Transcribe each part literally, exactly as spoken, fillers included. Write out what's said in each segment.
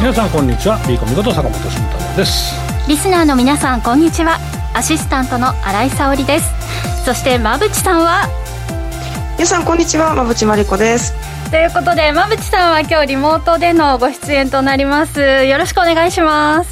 皆さんこんにちは。ビーコミこと坂本慎太郎です。 リスナーの皆さんこんにちは。アシスタントの新井沙織です。そして馬淵さんは、 皆さんこんにちは、馬淵真理子です。 ということで馬淵さんは今日リモートでのご出演となります。よろしくお願いします。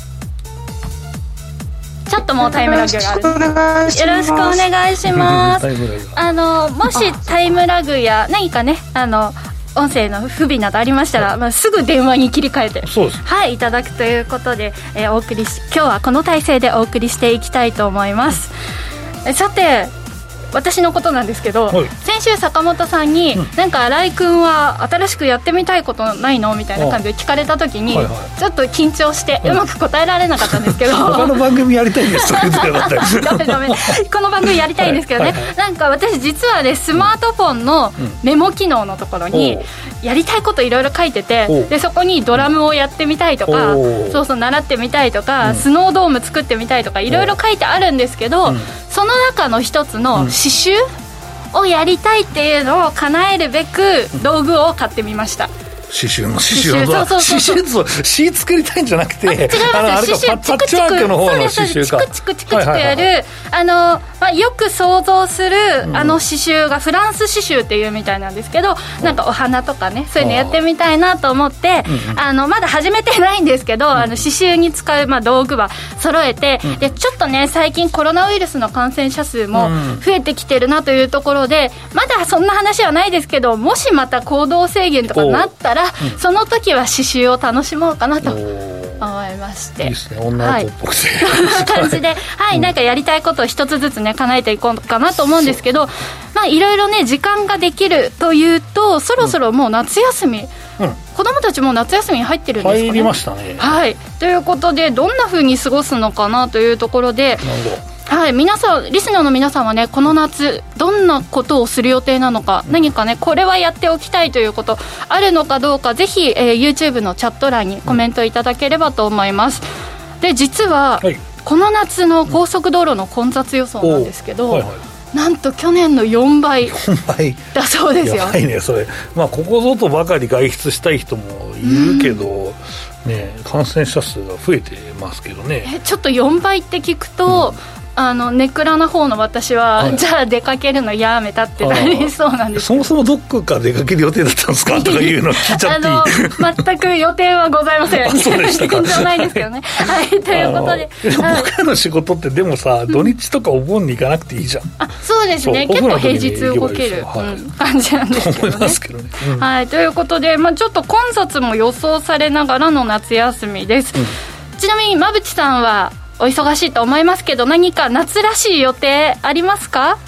ちょっともうタイムラグがある。よろしくお願いします。あのもしタイムラグや何かね、あの音声の不備などありましたら、はい、まあ、すぐ電話に切り替えて、そうです、はい、いただくということで、えー、お送りし今日はこの体制でお送りしていきたいと思います。えさて私のことなんですけど、はい、先週坂本さんに、うん、なんか新井君は新しくやってみたいことないのみたいな感じで聞かれた時に、はいはい、ちょっと緊張してうまく答えられなかったんですけど、 うん、他の番組やりたいんですと言ってなかったダメダメこの番組やりたいんですけどね、はいはいはい、なんか私実はねスマートフォンのメモ機能のところにやりたいこといろいろ書いてて、でそこにドラムをやってみたいとか、そうそう習ってみたいとか、うん、スノードーム作ってみたいとかいろいろ書いてあるんですけど、うん、その中の一つの刺繍をやりたいっていうのを叶えるべく道具を買ってみました。 刺繍の刺繍の刺繍図を詩作りたいんじゃなくて、あ違います。 あのあれかパッチワークの方の刺繍か、チクチクチクチクやる、はいはいはい、あのまあ、よく想像するあの刺繍がフランス刺繍っていうみたいなんですけど、うん、なんかお花とかねそういうのやってみたいなと思って、うん、あのまだ始めてないんですけど、うん、あの刺繍に使う、まあ、道具は揃えて、うん、でちょっとね最近コロナウイルスの感染者数も増えてきてるなというところで、まだそんな話はないですけど、もしまた行動制限とかなったら、うん、その時は刺繍を楽しもうかなと思いまして、いいですね、女の子っぽくて、はい、そんな感じで、はい、なんかやりたいことを一つずつね叶えていこうかなと思うんですけど、まあいろいろね時間ができるというと、そろそろもう夏休み、うん、子どもたちも夏休みに入ってるんですかね。 入りましたね。 はい、ということでどんな風に過ごすのかなというところで、なるほど。はい、皆さんリスナーの皆さんはねこの夏どんなことをする予定なのか、うん、何かねこれはやっておきたいということあるのかどうか、ぜひ、えー、YouTube のチャット欄にコメントいただければと思います。で実は、はい、この夏の高速道路の混雑予想なんですけど、はいはい、なんと去年のよんばいだそうですよ。 やばいねそれ、まあ、ここぞとばかり外出したい人もいるけど、うんね、感染者数が増えてますけどね。 えちょっとよんばいって聞くと、うんあのネクラな方の私は、はい、じゃあ出かけるのやめたってなりそうなんです。 そもそもどこか出かける予定だったんですかとかいうの聞いちゃっていいあの全く予定はございません。 そうでしたか。 じゃないですけどね。はいということで、 でも僕らの仕事ってでもさ、うん、土日とかお盆に行かなくていいじゃん。 あそうですね、結構平日動ける、はいうん、感じなんですけどね。 思いますけどね、うん、 はいということで、まあ、ちょっと混雑も予想されながらの夏休みです、うん、ちなみに馬淵さんはお忙しいと思いますけど、何か夏らしい予定ありますか？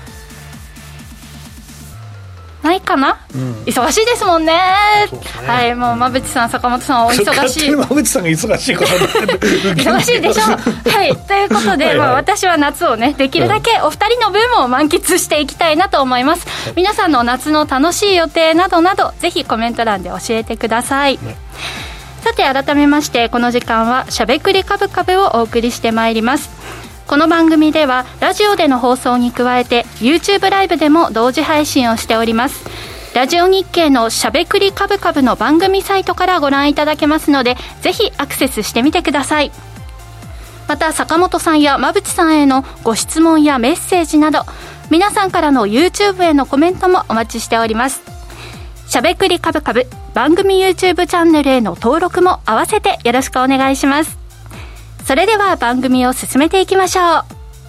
ないかな、うん、忙しいですもん ね, ねはい、もう馬淵さん坂本さんお忙しい。 馬淵さんが忙しいことになってる忙しいでしょはいということではい、はいまあ、私は夏をねできるだけお二人の分も満喫していきたいなと思います、はい、皆さんの夏の楽しい予定などなどぜひコメント欄で教えてください、ね。さて改めましてこの時間はしゃべくりカブカブをお送りしてまいります。この番組ではラジオでの放送に加えて YouTube ライブでも同時配信をしております。ラジオ日経のしゃべくりカブカブの番組サイトからご覧いただけますのでぜひアクセスしてみてください。また坂本さんや馬淵さんへのご質問やメッセージなど皆さんからの YouTube へのコメントもお待ちしております。しゃべくりカブカブ番組 YouTube チャンネルへの登録も合わせてよろしくお願いします。それでは番組を進めていきましょう。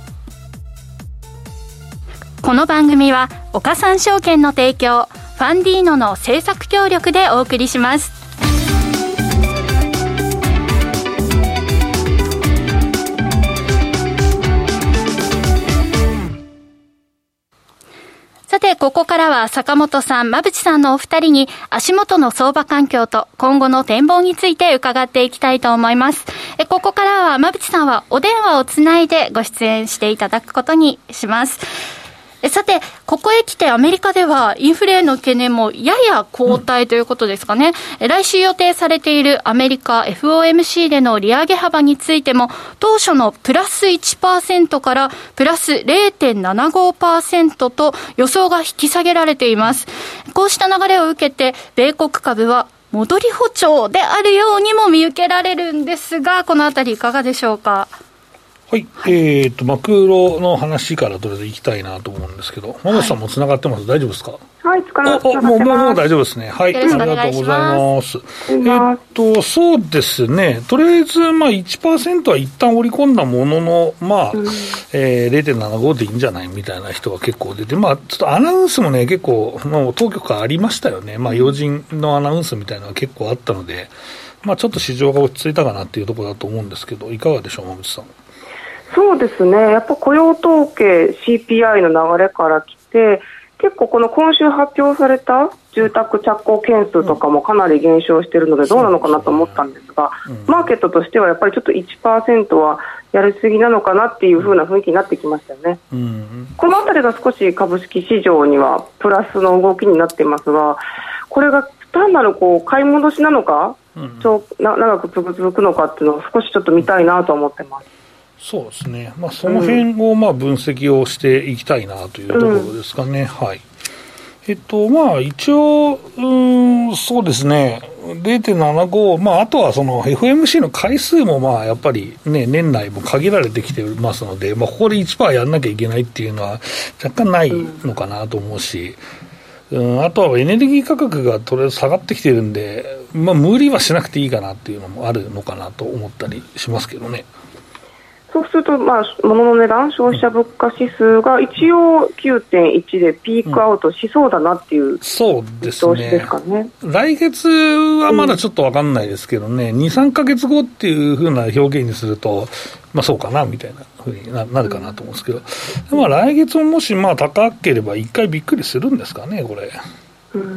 この番組は岡三証券の提供ファンディーノの制作協力でお送りします。さてここからは坂本さん馬淵さんのお二人に足元の相場環境と今後の展望について伺っていきたいと思います。えここからは馬淵さんはお電話をつないでご出演していただくことにします。えさてここへ来てアメリカではインフレへの懸念もやや後退ということですかね、うん、来週予定されているアメリカ エフオーエムシー での利上げ幅についても当初のプラス いちパーセント からプラス ゼロてんななごパーセント と予想が引き下げられています。こうした流れを受けて米国株は戻り歩調であるようにも見受けられるんですが、このあたりいかがでしょうか。 はい、はい、えーとマクロの話からとりあえず行きたいなと思うんですけど、馬渕さんもつながってます、はい、大丈夫ですか。 はい、つながってます。 もうもうもう大丈夫ですね。はい、ありがとうございます。えー、っとそうですね。とりあえずまあ いちパーセント は一旦織り込んだものの、まあ、うん、えー、ゼロてんななご でいいんじゃないみたいな人が結構出て、まあちょっとアナウンスもね結構もう当局からありましたよね。まあ要人のアナウンスみたいなのが結構あったので、まあちょっと市場が落ち着いたかなっていうところだと思うんですけど、いかがでしょう、馬渕さん。 そうですね。やっぱ雇用統計 シーピーアイ の流れから来て、結構この今週発表された住宅着工件数とかもかなり減少しているのでどうなのかなと思ったんですが、うん、マーケットとしてはやっぱりちょっと いちパーセント はやりすぎなのかなっていう風な雰囲気になってきましたよね、うん、このあたりが少し株式市場にはプラスの動きになっていますが、これが単なるこう買い戻しなのか、うん、長長く続くのかっていうのを少しちょっと見たいなと思ってます。そうですね、まあ、その辺をまあ分析をしていきたいなというところですかね、うん、はい。えっとまあ、一応、うーん、そうですね、ゼロてんななご、まあ、あとはその エフオーエムシー の回数もまあやっぱり、ね、年内も限られてきてますので、まあ、ここで いちパーセント やんなきゃいけないっていうのは若干ないのかなと思うし、うん、あとはエネルギー価格がとりあえず下がってきてるんで、まあ、無理はしなくていいかなっていうのもあるのかなと思ったりしますけどね。そうすると、まあ、物の値段、消費者物価指数が一応 きゅうてんいち でピークアウトしそうだなっていう見通しですかね。うん、来月はまだちょっと分かんないですけどね、うん、に、さんかげつごっていう風な表現にすると、まあそうかなみたいな風になるかなと思うんですけど、うん、まあ来月ももしまあ高ければ一回びっくりするんですかね、これ。うーん、うん、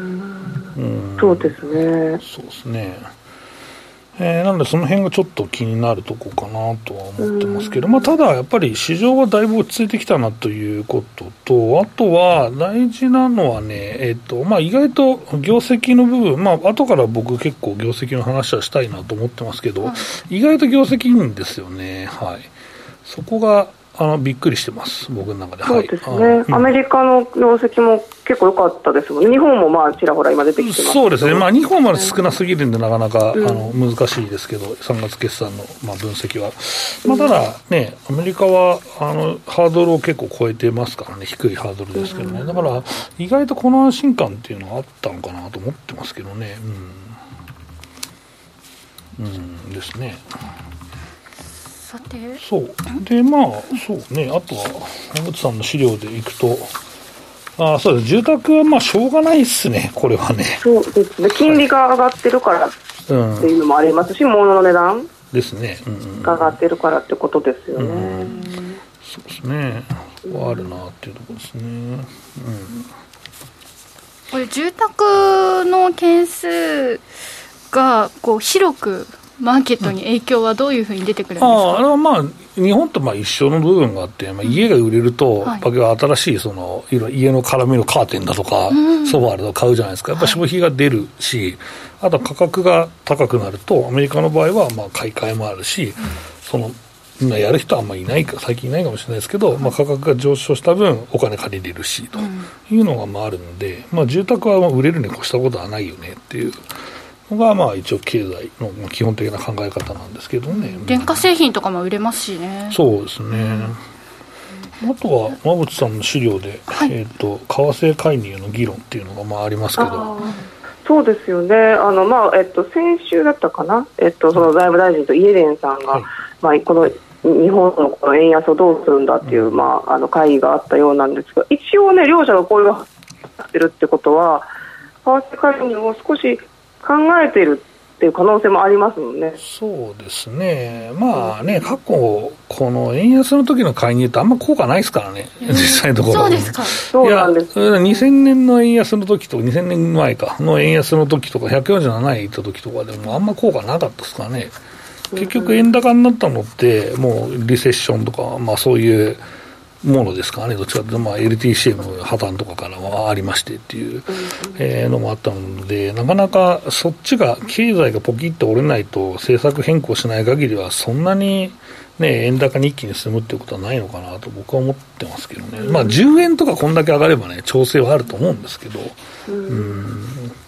そうですね。そうですね。えー、なのでその辺がちょっと気になるとこかなとは思ってますけど、まあ、ただやっぱり市場はだいぶ落ち着いてきたなということと、あとは大事なのはね、えーとまあ、意外と業績の部分、まあ後から僕結構業績の話はしたいなと思ってますけど、意外と業績いいんですよね。はい、そこがあのびっくりしてます、僕の中で。そうですね、はい、うん、アメリカの業績も結構良かったですもんね。日本もまあちらほら今出てきてます。そうですね、まあ、日本まで少なすぎるんでなかなか、うん、あの難しいですけど、さんがつ決算のまあ分析は、まあ、ただね、アメリカはあのハードルを結構超えてますからね、低いハードルですけどね、うん、だから意外とこの安心感っていうのがあったのかなと思ってますけどね。うん、うん、ですね。さて、そうで、まあそうね、あとは山口さんの資料でいくと、あ、そうです、住宅はまあしょうがないっすね、これはね。そうですね、金利が上がってるからっていうのもありますし、はい、うん、物の値段ですね、うんうん、が上がってるからってことですよね。うん、そうですね、はあるなっていうところですね。うん、 これ住宅の件数がこう広くマーケットに影響はどういうふうに出てくるんですか。 ああ、あれはまあ日本とまあ一緒の部分があって、まあ、家が売れると、うん、はい、新しいその家の絡みのカーテンだとか、うん、ソファーだとか買うじゃないですか。やっぱり消費が出るし、はい、あと価格が高くなるとアメリカの場合はまあ買い替えもあるし、うん、そのみんなやる人はあんまりいないか、最近いないかもしれないですけど、まあ、価格が上昇した分お金借りれるしというのがまああるので、まあ、住宅は売れるに越したことはないよねっていうのがまあ一応経済の基本的な考え方なんですけどね。 電化製品とかも売れますしね。 そうですね、うん、あとは馬渕さんの資料で、はい、えーと、為替介入の議論っていうのがまあありますけど。 そうですよね。あの、まあえっと、先週だったかな、えっと、その財務大臣とイエレンさんが、はい、まあ、この日本のこの円安をどうするんだっていう、うん、まあ、あの会議があったようなんですが、一応ね、両者がこういうってるってことは為替介入を少し考えているっていう可能性もありますもんね。 そうですね、まあね、過去この円安の時の介入ってあんま効果ないですからね、実際のところ。 そうですか。 そうなんです。 にせんねんの円安の時とにせんねんまえかの円安の時とかひゃくよんじゅうななえんいった時とかでもあんま効果なかったですからね。結局円高になったのってもうリセッションとか、まあ、そういうものですからね。どっちかというと、まあ、エルティーシーエム 破綻とかからはありましてっていう、えー、のもあったので、なかなかそっちが経済がポキッと折れないと政策変更しない限りはそんなに、ね、円高に一気に進むっていうことはないのかなと僕は思ってますけどね、まあ、じゅうえんとかこんだけ上がればね調整はあると思うんですけど、うん、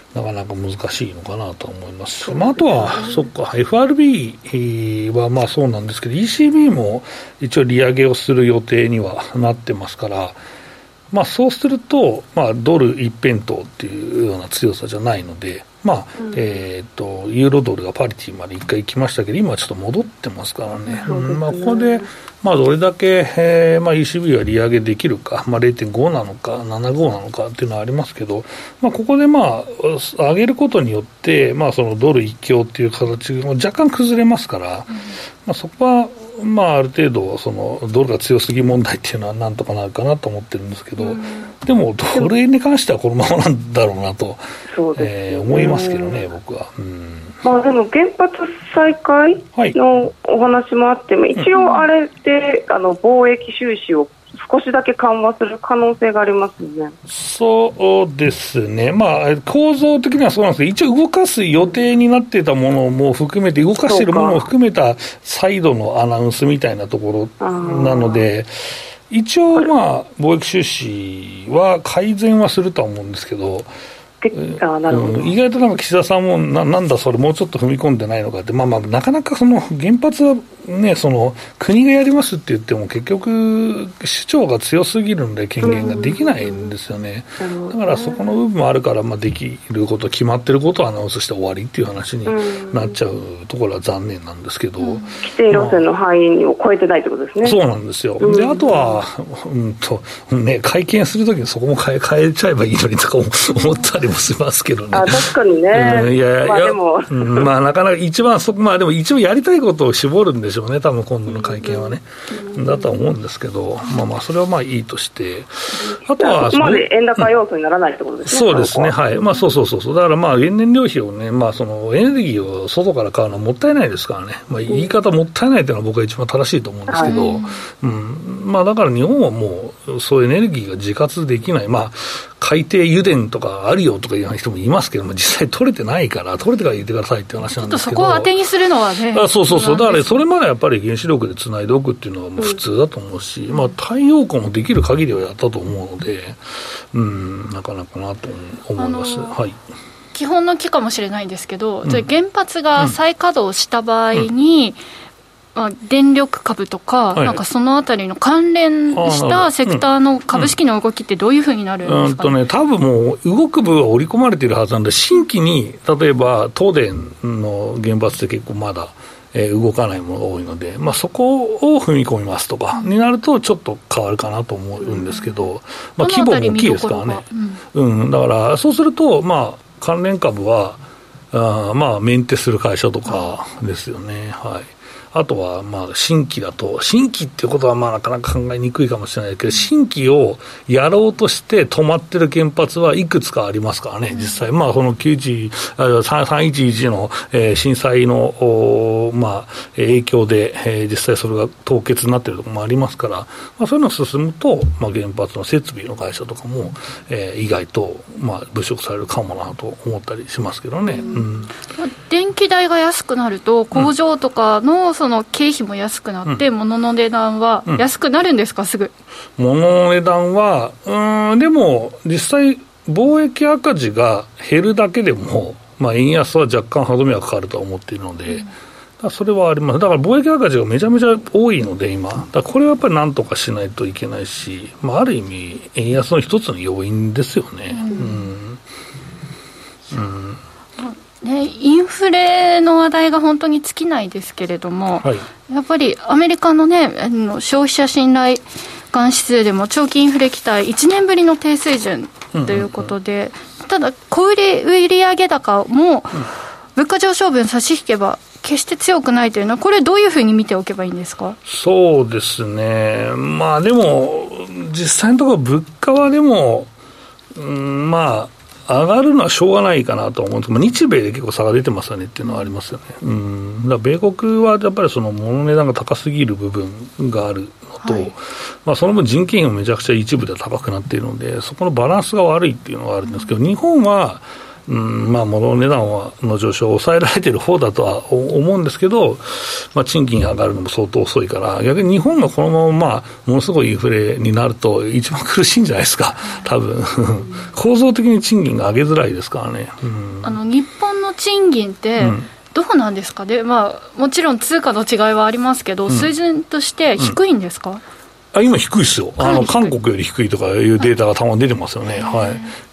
なかなか難しいのかなと思いますし、まあ、あとは、そっか、エフアールビー はまあそうなんですけど、イーシービー も一応利上げをする予定にはなってますから、まあ、そうすると、まあ、ドル一辺倒っていうような強さじゃないので、まあうんえー、とユーロドルがパリティまでいっかい行きましたけど、今はちょっと戻ってますからね、うん、まあ、ここで、まあ、どれだけ、えーまあ、イーシービー は利上げできるか、まあ、ゼロテンご なのかななじゅうごなのかっていうのはありますけど、まあ、ここで、まあ、上げることによって、まあ、そのドル一強っていう形が若干崩れますから、うんまあ、そこはまあ、ある程度そのドルが強すぎ問題っていうのはなんとかなるかなと思ってるんですけど、うん、でもドル円に関してはこのままなんだろうなと、そうですね、えー、思いますけどね、僕は、うんまあ、でも原発再開のお話もあって、はい、一応あれで、うん、あの貿易収支を少しだけ緩和する可能性がありますね。 そうですね、まあ、構造的にはそうなんですけど、一応動かす予定になっていたものも含めて、動かしているものを含めた再度のアナウンスみたいなところなので、一応、まあ、貿易収支は改善はするとは思うんですけど、あなるほど、うん、意外となんか岸田さんも な, なんだそれもうちょっと踏み込んでないのかって、まあまあなかなかその原発はね、その国がやりますって言っても結局市長が強すぎるので権限ができないんですよね、うん、だからそこの部分もあるから、まあ、できること決まってることをアナウンスして終わりっていう話になっちゃうところは残念なんですけど、うん、規定路線の範囲を超えてないってことですね、 まあ、そうなんですよ、うん、であとは、うんとね、会見するときにそこも変え、変えちゃえばいいのにとか思ったりもしますけどね。 あ、確かにね、 うん、いやいや、まあでも、うん、まあなかなか一番そこ、まあでも一応やりたいことを絞るんでしょうね、多分今度の会見はね、うん、だとは思うんですけど、まあまあそれはまあいいとして、あとはそこまで円高要素にならないってことですね、 うん、そうですね、はい、まあそうそうそうそう、だからまあ原燃料費をね、まあそのエネルギーを外から買うのはもったいないですからね、まあ言い方もったいないというのは僕は一番正しいと思うんですけど、はい、うん、まあだから日本はもうそういうエネルギーが自活できない、まあ海底油田とかあるよとかいう人もいますけども、実際取れてないから、取れてから言ってくださいって話なんですけど、 ちょっとそこを当てにするのはね、 あそうそうそう、だからそれまでやっぱり原子力でつないでおくっていうのはもう普通だと思うし、うん、まあ、太陽光もできる限りはやったと思うので、うん、なかなかなと思います、はい、 基本の木かもしれないんですけど、うん、原発が再稼働した場合に、うんまあ、電力株とか、はい、なんかそのあたりの関連したセクターの株式の動きってどういうふうになるんですかね。 うんうん、とね、多分もう動く部は織り込まれているはずなんで、新規に例えば東電の原発って結構まだ、えー、動かないものが多いので、まあ、そこを踏み込みますとかになるとちょっと変わるかなと思うんですけど、うんまあ、規模も大きいですからね、うんうん、だからそうすると、まあ、関連株はあまあメンテする会社とかですよね、はい。あとはまあ新規だと、新規っていうことはまあなかなか考えにくいかもしれないけど、新規をやろうとして止まってる原発はいくつかありますからね、実際、まあ、このきゅうじさんいちいちの震災のまあ影響で実際それが凍結になっているところもありますから、まあ、そういうのが進むと、まあ、原発の設備の会社とかも意外とまあ物色されるかもなと思ったりしますけどね。うんうん、 電気代が安くなると工場とかの、うんその経費も安くなって、うん、物の値段は安くなるんですか、うん、すぐ。 物の値段はうーんでも実際貿易赤字が減るだけでも、まあ、円安は若干歯止めはかかるとは思っているので、うん、だからそれはあります。だから貿易赤字がめちゃめちゃ多いので今だからこれはやっぱりなんとかしないといけないし、まあ、ある意味円安の一つの要因ですよね。うん、うんうんね、インフレの話題が本当に尽きないですけれども、はい、やっぱりアメリカの、ね、あの消費者信頼感指数でも長期インフレ期待いちねんぶりの低水準ということで、うんうんうん、ただ小売売上高も、うん、物価上昇分差し引けば決して強くないというのは、これどういうふうに見ておけばいいんですか。 そうですね、まあでも実際のところ物価はでも、うん、まあ上がるのはしょうがないかなと思うんですけど、日米で結構差が出てますよねっていうのはありますよね。うん、だから米国はやっぱりその物の値段が高すぎる部分があるのと、はい、まあ、その分人件費もめちゃくちゃ一部で高くなっているので、そこのバランスが悪いっていうのがあるんですけど、日本はうんまあ、物の値段はの上昇を抑えられている方だとは思うんですけど、まあ、賃金が上がるのも相当遅いから、逆に日本がこのまま、まあ、ものすごいインフレになると一番苦しいんじゃないですか、多分構造的に賃金が上げづらいですからね、うん、 あの日本の賃金って、うんどうなんですかね、まあ、もちろん通貨の違いはありますけど、うん、水準として低いんですか、うん、 あ今低いですよ、あの韓国より低いとかいうデータがたまに出てますよね、はい、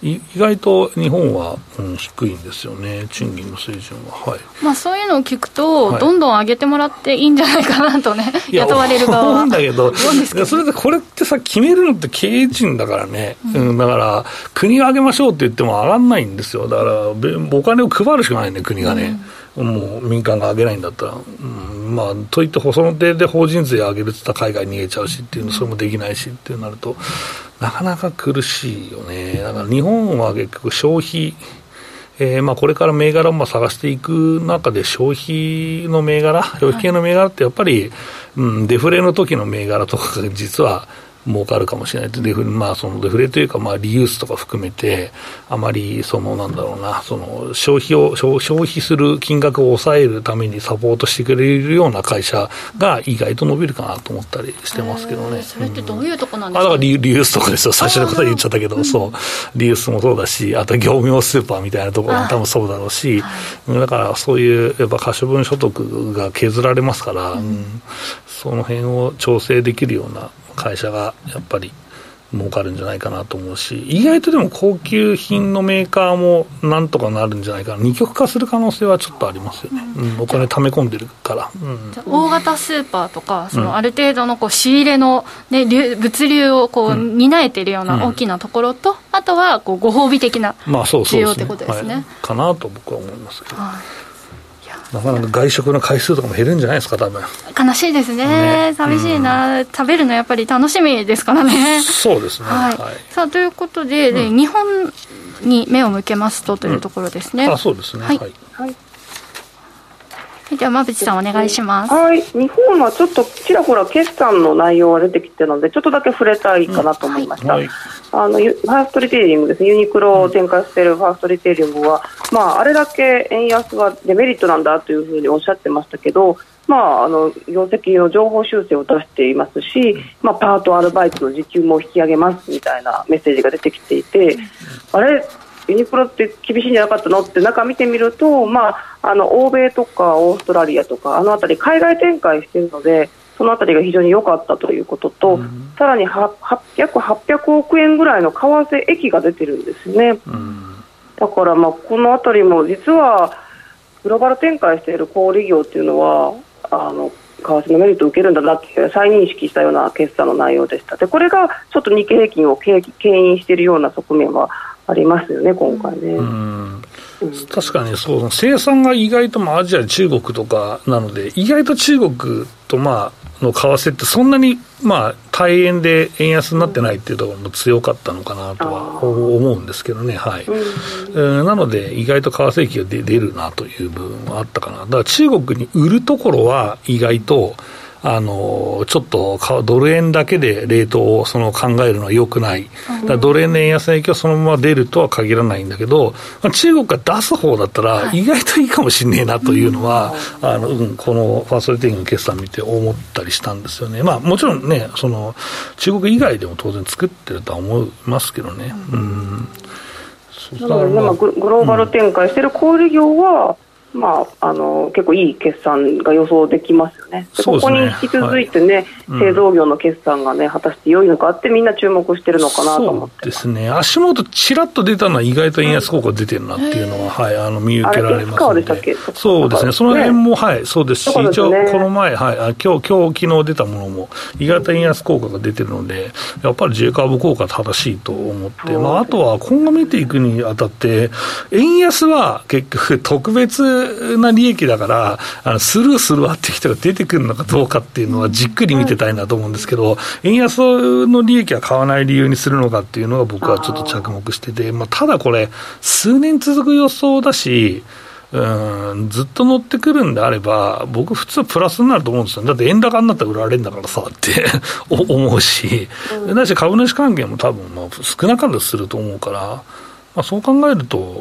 意外と日本は、うん、低いんですよね、賃金の水準は、はいまあ、そういうのを聞くと、はい、どんどん上げてもらっていいんじゃないかなとね、雇われる側は思うんだけど、それでこれってさ、決めるのって経営陣だからね、うん、だから国が上げましょうって言っても上がんないんですよ、だからお金を配るしかないね、国がね。うんもう民間が上げないんだったら、うんまあ、といってその手で法人税上げるって言ったら海外に逃げちゃうしっていうのそれもできないしってなるとなかなか苦しいよね。だから日本は結局消費、えー、まあこれから銘柄をまあ探していく中で消費の銘柄消費系の銘柄ってやっぱり、うん、デフレの時の銘柄とかが実は儲かるかもしれないデフレ、まあ、そのデフレというか、まあ、リユースとか含めてあまりそのなんだろうなその消費を消費する金額を抑えるためにサポートしてくれるような会社が意外と伸びるかなと思ったりしてますけどね。 それってどういうとこなんですか、 うん、あだからリ, リユースとかですよ、最初のことは言っちゃったけど、そうリユースもそうだし、あと業務用スーパーみたいなところも多分そうだろうし、だからそういうやっぱ可処分所得が削られますから、うんうん、その辺を調整できるような会社がやっぱり儲かるんじゃないかなと思うし、意外とでも高級品のメーカーもなんとかなるんじゃないかな、二極化する可能性はちょっとありますよね、うんうん、お金溜め込んでるから、うん、 じゃ大型スーパーとかそのある程度のこう仕入れの、ね、物流をこう担えているような大きなところと、うん、あとはこうご褒美的な需要ということですね、 はい、かなと僕は思いますけど、はいなかなか外食の回数とかも減るんじゃないですか、多分。 悲しいです ね, ね寂しいな、うん、食べるのやっぱり楽しみですからね。 そうですね、 はいはい、さあということで、うん、日本に目を向けますとというところですね、 うん、あそうですね、はい、はいはいでは馬渕さんお願いします。 はい、日本はちょっとちらほら決算の内容が出てきてるのでちょっとだけ触れたいかなと思いました、うんはい、あのファーストリテイリングですね、ユニクロを展開しているファーストリテイリングは、まあ、あれだけ円安はデメリットなんだというふうにおっしゃってましたけど、まあ、あの業績の情報修正を出していますし、まあ、パートアルバイトの時給も引き上げますみたいなメッセージが出てきていて、あれユニクロって厳しいんじゃなかったのって中見てみると、まあ、あの欧米とかオーストラリアとかあのあたり海外展開しているのでそのあたりが非常に良かったということと、うん、さらにはは約はっぴゃくおくえんぐらいの為替益が出てるんですね、うん、だからまあこのあたりも実はグローバル展開している小売業っていうのはあの為替のメリットを受けるんだなって再認識したような決算の内容でした。でこれがちょっと日経平均を牽引しているような側面はありますよね今回ね。 うん確かにそう生産が意外ともアジア中国とかなので意外と中国とまあの為替ってそんなにまあ大円で円安になってないっていうところも強かったのかなとは思うんですけどね、はいうん、なので意外と為替益が出るなという部分はあったかな。だから中国に売るところは意外とあのちょっとドル円だけでレートをその考えるのは良くない、だからドル円の円安の影響そのまま出るとは限らないんだけど、まあ、中国が出す方だったら意外といいかもしれねえなというのは、はいあのうん、このファーストリテイリングの決算見て思ったりしたんですよね。まあ、もちろんねその中国以外でも当然作ってるとは思いますけどね、うんうんなので、まあ、グローバル展開している小売業は、まあ、あの結構いい決算が予想できますよね。でここに引き続いてね、はい、製造業の決算がね果たして良いのかってみんな注目してるのかなと思って。 そうですね、足元ちらっと出たのは意外と円安効果出てるなっていうのは、はい、あの見受けられますので。そうですね、その辺も、はい、そうですし、ね、一応この前、はい、あ今日今日昨日出たものも意外と円安効果が出てるのでやっぱり J カーブ効果正しいと思って、まあ、あとは今後見ていくにあたって円安は結局特別な利益だからあのスルーするわって人が出てくるのかどうかっていうのはじっくり見てたいなと思うんですけど、円安の利益は買わない理由にするのかっていうのが僕はちょっと着目してて、まあ、ただこれ数年続く予想だしうんずっと乗ってくるんであれば僕普通はプラスになると思うんですよ。だって円高になったら売られるんだからさって思うし、だし株主還元も多分まあ少なからずすると思うから、まあ、そう考えると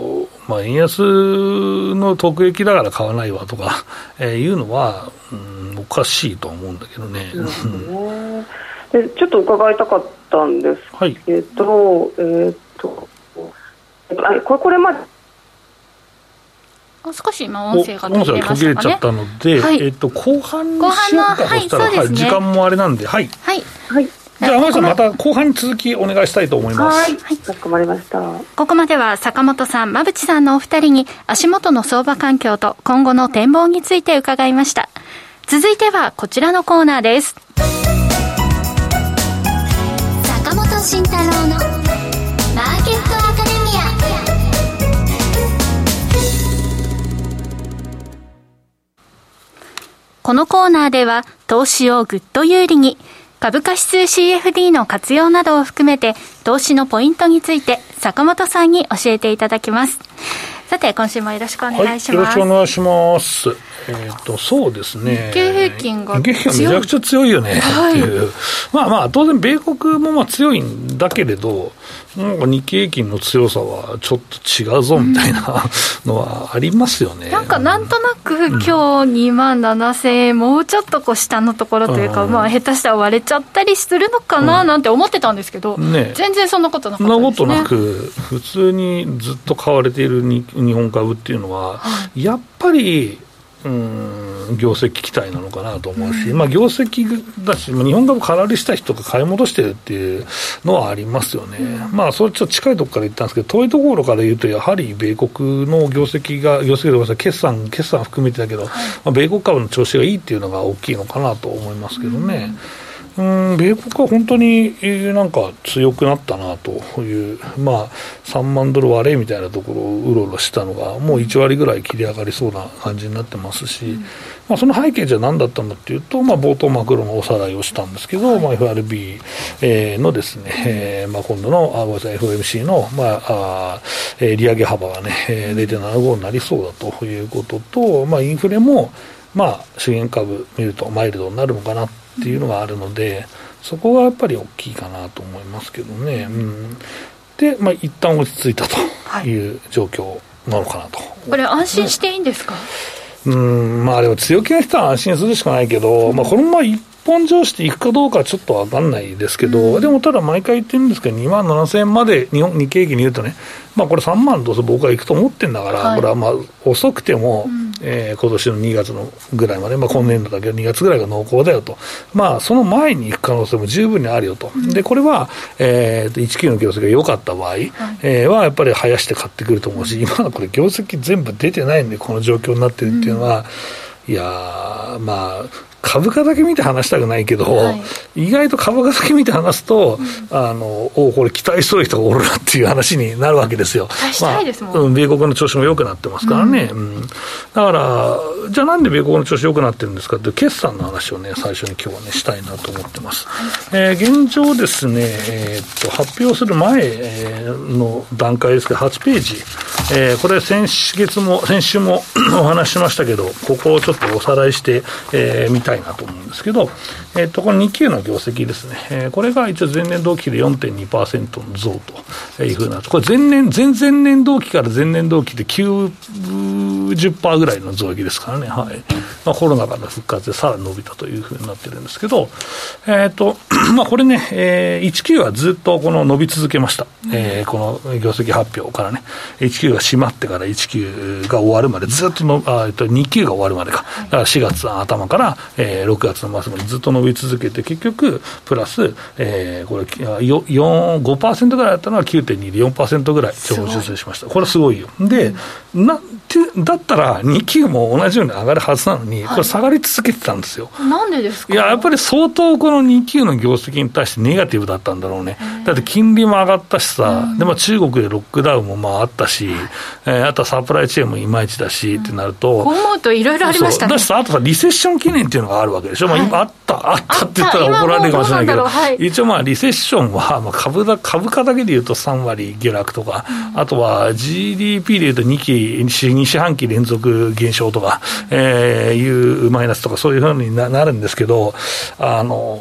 まあ、円安の特益だから買わないわとか、えー、いうのは、うん、おかしいと思うんだけどね。 そうですね。でちょっと伺いたかったんですけど、はい、えー、っとあこれこれまで少し今音声が途切れましたかね。 途切れちゃったので、はい、えー、っと後半にしようかとしたら、はいはい、時間もあれなんで、はい、 はいはい、 じゃあ天海さんまた後半に続きお願いしたいと思います。 はい、はい、かしこまりました。 ここまでは坂本さん、馬淵さんのお二人に足元の相場環境と今後の展望について伺いました。続いてはこちらのコーナーです。坂本慎太郎のマーケットアカデミア。このコーナーでは投資をぐっと有利に、株価指数 シーエフディー の活用などを含めて投資のポイントについて坂本さんに教えていただきます。さて今週もよろしくお願いします。はい、 よろしくお願いします。えー、とそうですね、 日経平均が日経平均がめちゃくちゃ強いよね、はい、っていう、まあまあ当然米国もまあ強いんだけれど、なんか日経平均の強さはちょっと違うぞみたいなのはありますよね。 うん、なんかなんとなく今日にまんななせんえん、もうちょっとこう下のところというか、うん、まあ下手したら割れちゃったりするのかななんて思ってたんですけど、うんね、全然そんなことなかったですね。 そんなことなく普通にずっと買われている日本株っていうのは、はい、やっぱりうーん業績期待なのかなと思うし、うん、まあ、業績だし、まあ、日本株空売りした人が買い戻してるっていうのはありますよね。うん、まあそれちょっと近いところから言ったんですけど、遠いところから言うとやはり米国の業績が業績で決算決算含めてだけど、はい、まあ、米国株の調子がいいっていうのが大きいのかなと思いますけどね。うん、うん米国は本当に、えー、なんか強くなったなという、まあ、さんまんドル割れみたいなところをうろうろしたのがもういちわりぐらい切り上がりそうな感じになってますし、うん、まあ、その背景じゃ何だったんだっていうと、まあ、冒頭マクロのおさらいをしたんですけど、はい、まあ、エフアールビー、えー、のですね、えーまあ、今度のあごめんなさい エフオーエムシー の、まああえー、利上げ幅がね、えー、ゼロてんななご になりそうだということと、まあ、インフレも、まあ、資源株見るとマイルドになるのかなっていうのがあるので、そこがやっぱり大きいかなと思いますけどね。うん、で、まあ、一旦落ち着いたという状況なのかなと。はい、 これ安心していいんですか？ うん、まあでも強気な人は安心するしかないけど、うん、まあ、このまま一本上していくかどうかはちょっと分かんないですけど、うん、でもただ毎回言ってるんですけど、にまんななせんえんまで日本日経平均に言うとね、まあ、これさんまんどうせ僕は行くと思ってるんだから、はい、これはまあ遅くても、うん、えー、今年のにがつのぐらいまで、まあ、今年度だけどにがつぐらいが濃厚だよと、まあ、その前に行く可能性も十分にあるよと、うん、でこれは、えー、いちきゅうの業績が良かった場合、はい、えー、はやっぱり生やして買ってくると思うし、今はこれ業績全部出てないんでこの状況になってるっていうのは、うん、いやー、まあ株価だけ見て話したくないけど、はい、意外と株価だけ見て話すと、うん、あのおこれ期待しそういう人がおるなっていう話になるわけですよ。 期待したいですもん、まあ、 うん、米国の調子も良くなってますからね。うんうん、だからじゃあなんで米国の調子良くなってるんですかっていう決算の話をね最初に今日はねしたいなと思ってます。はい、えー、現状ですね、えー、っと発表する前の段階ですけどはちページ、えー、これ先月も先週もお話ししましたけど、ここをちょっとおさらいしてみ、えー、たいなと思うんですけど、えー、とこの日経の業績ですね、えー、これが一応前年同期で よんてんにパーセント の増というふうな、これ前年前々年同期から前年同期で きゅうじゅっパーセント ぐらいの増益ですからね、はい、まあ、コロナからの復活でさらに伸びたというふうになってるんですけど、えーとまあ、これね、えー、いちきゅうはずっとこの伸び続けました、えー、この業績発表からね、いちきゅうが閉まってからいちきゅうが終わるまでずっとのあ、えっと、にきゅうが終わるまでか、だからしがつ頭からえー、ろくがつの末までずっと伸び続けて、結局プラス、えー、これよん ごパーセント ぐらいだったのは きゅうてんに で よんパーセント ぐらい上昇修正しました。これはすごいよ。で、うん、なだったら日経も同じように上がるはずなのに、これ下がり続けてたんですよ。 なんでですか？ いや、やっぱり相当この日経の業績に対してネガティブだったんだろうね。だって金利も上がったしさ、うん、でも中国でロックダウンもまああったし、えー、あとはサプライチェーンもいまいちだし、うん、ってなると、 こう思うといろいろありましたね。 だしさ、あとさリセッション懸念っていうのがあるわけでしょ。はい、まあ、今あったあったって言ったら怒られるかもしれないけど、はい、一応まあリセッションはまあ 株, だ株価だけでいうとさんわり下落とか、うん、あとは ジーディーピー でいうとにきに四半期連続減少とか、うん、えー、いうマイナスとかそういうふうに な, なるんですけど、あの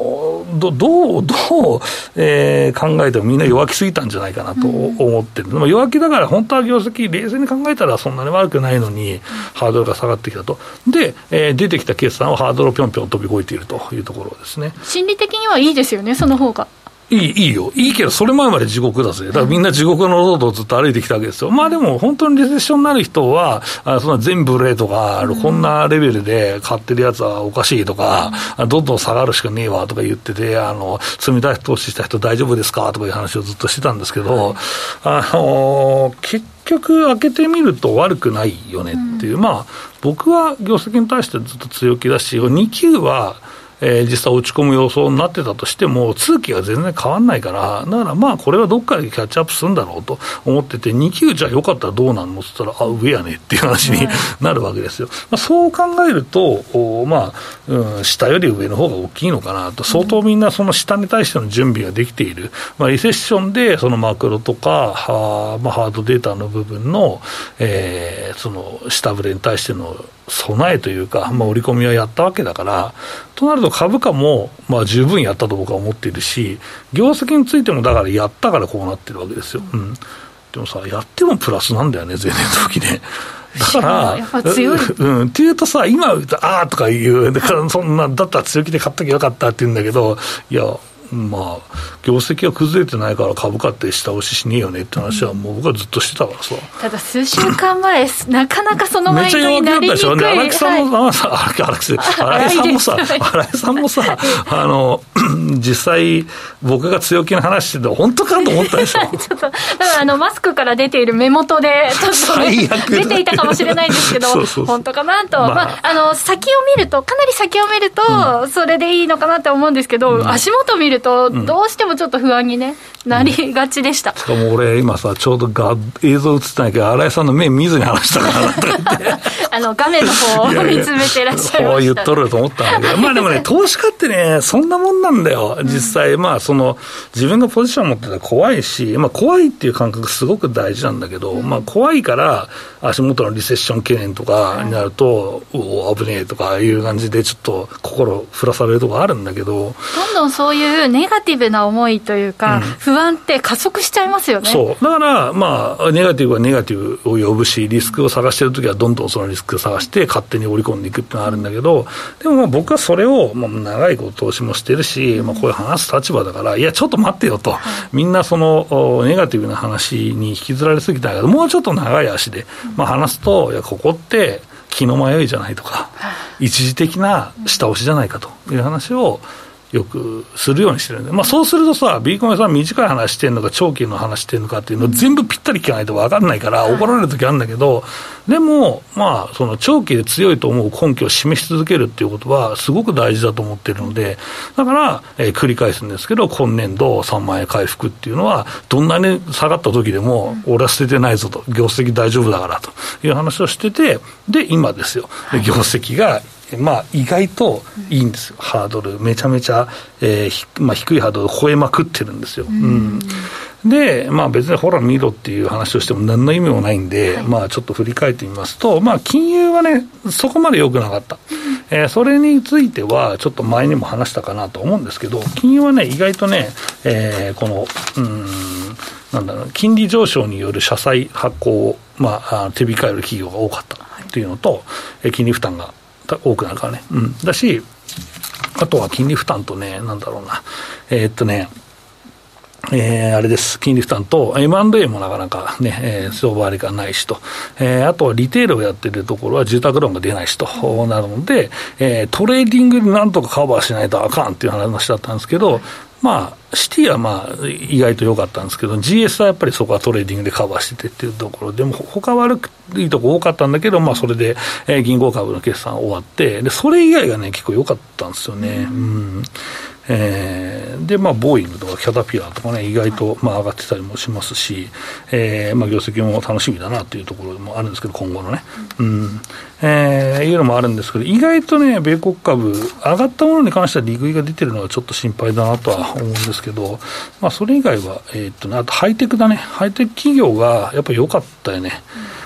どどう、どう、えー、考えてもみんな弱気すぎたんじゃないかなと思ってる、うん、まあ、弱気だから本当は業績冷静に考えたらそんなに悪くないのに、うん、ハードルが下がってきたと。で、えー、出てきた決算はハードルをぴょんぴょん飛び越えているというところですね。 心理的にはいいですよね、その方が。 いい、いいよ。いいけど、それ前まで地獄だぜ。だからみんな地獄のロードをずっと歩いてきたわけですよ。まあでも、本当にリセッションになる人は、あそんな全部売れとか、うん、こんなレベルで買ってるやつはおかしいとか、うん、どんどん下がるしかねえわとか言ってて、あの、積み立て投資した人大丈夫ですかとかいう話をずっとしてたんですけど、はい、あのー、結局開けてみると悪くないよねっていう、うん、まあ、僕は業績に対してずっと強気だし、に級は、えー、実際落ち込む予想になってたとしても通期が全然変わんないから、だからまあこれはどっかでキャッチアップするんだろうと思ってて、に級じゃよかったらどうなんのって言ったら、あ、上やねっていう話になるわけですよ。まあ、そう考えると、まあ、うん、下より上の方が大きいのかなと。相当みんなその下に対しての準備ができている。まあ、リセッションでそのマクロとか、はまあ、ハードデータの部分の、えー、その下振れに対しての備えというか、まあ、織り込みはやったわけだから、となると株価もまあ十分やったと僕は思っているし、業績についてもだからやったからこうなってるわけですよ、うん、でもさ、やってもプラスなんだよね、前年の時ね。だからやっぱ強い、 うん、っていうとさ、今言うとあーとか言う、だからそんなだったら強気で買っときゃよかったって言うんだけど、いやまあ、業績が崩れてないから株価って下押ししねえよねって話はもう僕はずっとしてたからさ。 ただ数週間前なかなかそのマインドになりにくい。めっちゃ弱気だったでしょ。荒木さんもさ、はい、荒井さんもさ、荒井さんもさ、あの実際僕が強気な話してて本当かと思ったでしょ。ちょっとだからあのマスクから出ている目元でちょっと、ね、出ていたかもしれないんですけど、そうそうそう、本当かなと、まあまあ、あの先を見るとかなり先を見ると、うん、それでいいのかなって思うんですけど、うん、足元見るとどうしてもちょっと不安に、ね、うん、なりがちでした。しかも俺今さちょうどが映像映ってないけど新井さんの目見ずに話したからなと言ってあの画面の方を見つめてらっしゃいました、ね、こう言っとると思ったんだけどまあでもね投資家ってねそんなもんなんだよ実際、うん、まあその自分がポジション持ってたら怖いし、まあ、怖いっていう感覚すごく大事なんだけど、うん、まあ、怖いから足元のリセッション懸念とかになると、うん、お危ねえとかいう感じでちょっと心振らされるとこあるんだけど、どんどんそういうネガティブな思いというか、うん、不安って加速しちゃいますよね。 そうだからまあネガティブはネガティブを呼ぶしリスクを探してるときはどんどんそのリスクを探して勝手に織り込んでいくっていうのがあるんだけど、でもまあ僕はそれをまあ長いこと投資もしてるし、まあ、こういう話す立場だからいやちょっと待ってよと、はい、みんなそのネガティブな話に引きずられすぎたけどもうちょっと長い足で、まあ、話すといやここって気の迷いじゃないとか一時的な下押しじゃないかという話をよくするようにしてるんで、まあ、そうするとさ B コメさん短い話してるのか長期の話してるのかっていうのを全部ぴったり聞かないと分かんないから怒られる時あるんだけど、でもまあその長期で強いと思う根拠を示し続けるっていうことはすごく大事だと思ってるので、だから、えー、繰り返すんですけど今年度さんまんえん回復っていうのはどんなに下がった時でも俺は捨ててないぞと、業績大丈夫だからという話をしてて、で今ですよ、業績がまあ、意外といいんですよ、ハードルめちゃめちゃ、えーまあ、低いハードルを超えまくってるんですよ、うんうん、で、まあ、別にほら見ろっていう話をしても何の意味もないんで、はい、まあ、ちょっと振り返ってみますと、まあ、金融はねそこまで良くなかった、えー、それについてはちょっと前にも話したかなと思うんですけど、金融はね意外とね、えー、このうんなんだろう金利上昇による社債発行を、まあ、手控える企業が多かったっていうのと、はい、金利負担が多くなるからね、うん、だしあとは金利負担とねなんだろうなえー、っとねえー、あれです金利負担と エムアンドエー もなかなかね、えー、相場割がないしと、えー、あとはリテールをやっているところは住宅ローンが出ないしとなるので、えー、トレーディングでなんとかカバーしないとあかんっていう話だったんですけど、まあ、シティはまあ意外と良かったんですけど ジーエス はやっぱりそこはトレーディングでカバーしててっていうところでも他悪いところ多かったんだけど、まあ、それで、えー、銀行株の決算終わってでそれ以外がね結構良かったんですよね、うんえー、でまあボーイングとかキャタピラーとかね意外とまあ上がってたりもしますし、えーまあ、業績も楽しみだなというところもあるんですけど今後のね、うんえー、いうのもあるんですけど意外とね米国株上がったものに関しては利食いが出てるのがちょっと心配だなとは思うんですけど、まあ、それ以外は、えーっとね、あとハイテクだねハイテク企業がやっぱり良かったよね。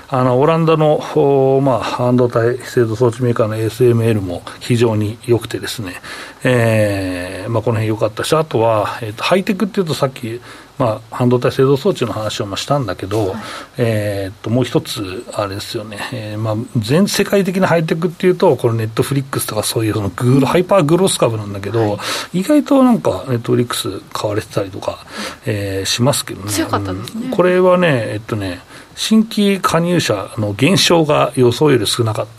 あのオランダの、まあ、半導体製造装置メーカーの エーエスエムエル も非常に良くてですね、えーまあ、この辺良かったし、あとは、えーと、ハイテクっていうとさっき、まあ、半導体製造装置の話をまあしたんだけど、はい、えー、ともう一つあれですよね、えーまあ、全世界的なハイテクっていうとこれネットフリックスとかそういうそのグロハイパーグロス株なんだけど、はい、意外となんかネットフリックス買われてたりとか、えー、しますけどね。 強かったですね、うん、 これはね、えっとね新規加入者の減少が予想より少なかった、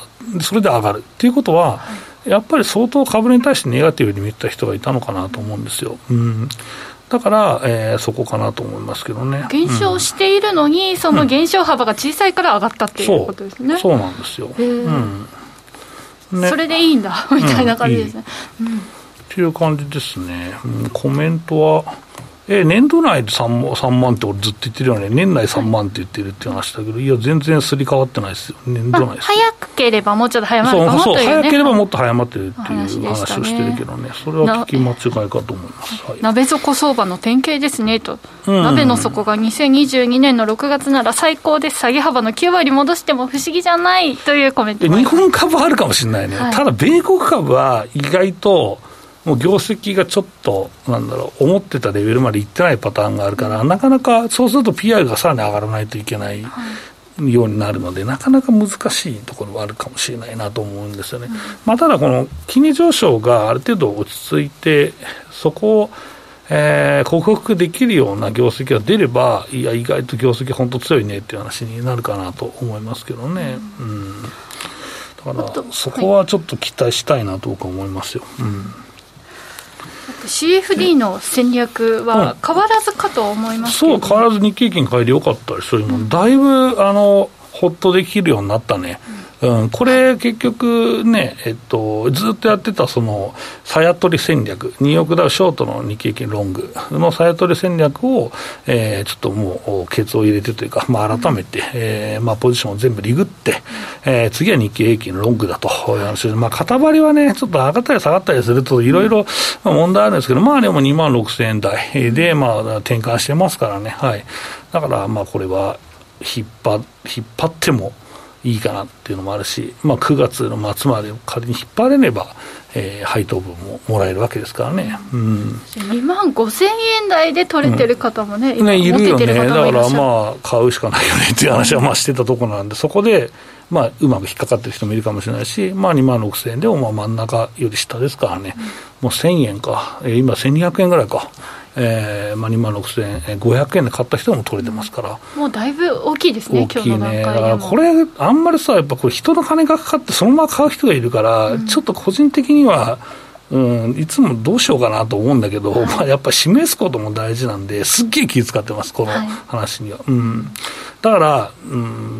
それで上がるっていうことは、はい、やっぱり相当株に対してネガティブに見た人がいたのかなと思うんですよ、うん、だから、えー、そこかなと思いますけどね。 減少しているのに、うん、その減少幅が小さいから上がったっていうことですね、 うん、そう、そうなんですよ、うんね、それでいいんだみたいな感じですね、 うん、いい、うん、っていう感じですね、うん、コメントはえ年度内で 3, さんまんって俺ずっと言ってるよね、年内さんまんって言ってるっていう話だけど、いや全然すり替わってないですよ、年度内です。 早ければもうちょっと早まるかもというね。 そうそう、早ければもっと早まってるっていう話をしてるけどね、それは聞き間違いかと思います、はい、 鍋底相場の典型ですねと、うん、鍋の底がにせんにじゅうにねんのろくがつなら最高です、下げ幅のきゅうわり戻しても不思議じゃないというコメント。 日本株はあるかもしれないね、はい、ただ米国株は意外ともう業績がちょっとなんだろう思ってたレベルまでいってないパターンがあるから、うん、なかなかそうすると ピーアール がさらに上がらないといけないようになるので、なかなか難しいところはあるかもしれないなと思うんですよね、うん、まあ、ただこの金利上昇がある程度落ち着いてそこを、えー、克服できるような業績が出れば、いや意外と業績本当強いねっていう話になるかなと思いますけどね、うんうん、だからそこはちょっと期待したいなと僕は思いますよ、うん、 シーエフディー の戦略は変わらずかと思いますけど、 うん、そう、変わらず日経平均買いでよかったですよ、今、うん、だいぶあのホッとできるようになったね、うん、これ結局ね、えっと、ずっとやってたそのさや取り戦略、ニューヨークダウショートの日経平均ロングのさや取り戦略を、えー、ちょっともうケツを入れてというか、まあ、改めて、うん、えーまあ、ポジションを全部リグって、えー、次は日経平均のロングだという話で、まあ、型張りはねちょっと上がったり下がったりするといろいろ問題あるんですけど、まあでもにまんろくせんえん台で、まあ、転換してますからね、はい、だからまあこれは引っ張、引っ張ってもいいかなっていうのもあるし、まあ、くがつの末まで仮に引っ張れれば、えー、配当分ももらえるわけですからね、うん、 にまんごせんえん台で取れてる方もね、 うん、ねいるよね、 だからまあ買うしかないよねっていう話はまあしてたところなんで、そこで、まあ、うまく引っかかってる人もいるかもしれないし、まあ、にまんろくせんえんでもまあ真ん中より下ですからね、うん、もうせんえんか、えー、今せんにひゃくえんぐらいか、えーまあ、にまんろくせんえん、ごひゃくえんで買った人も取れてますから、 うん、もうだいぶ大きいですね、 大きいね、 今日の段階でも。 だからこれあんまりさ、やっぱこれ人の金がかかってそのまま買う人がいるから、うん、ちょっと個人的には、うん、いつもどうしようかなと思うんだけど、はい、まあ、やっぱり示すことも大事なんで、すっげえ気遣ってます、この話には、はい、うん、だから、うん、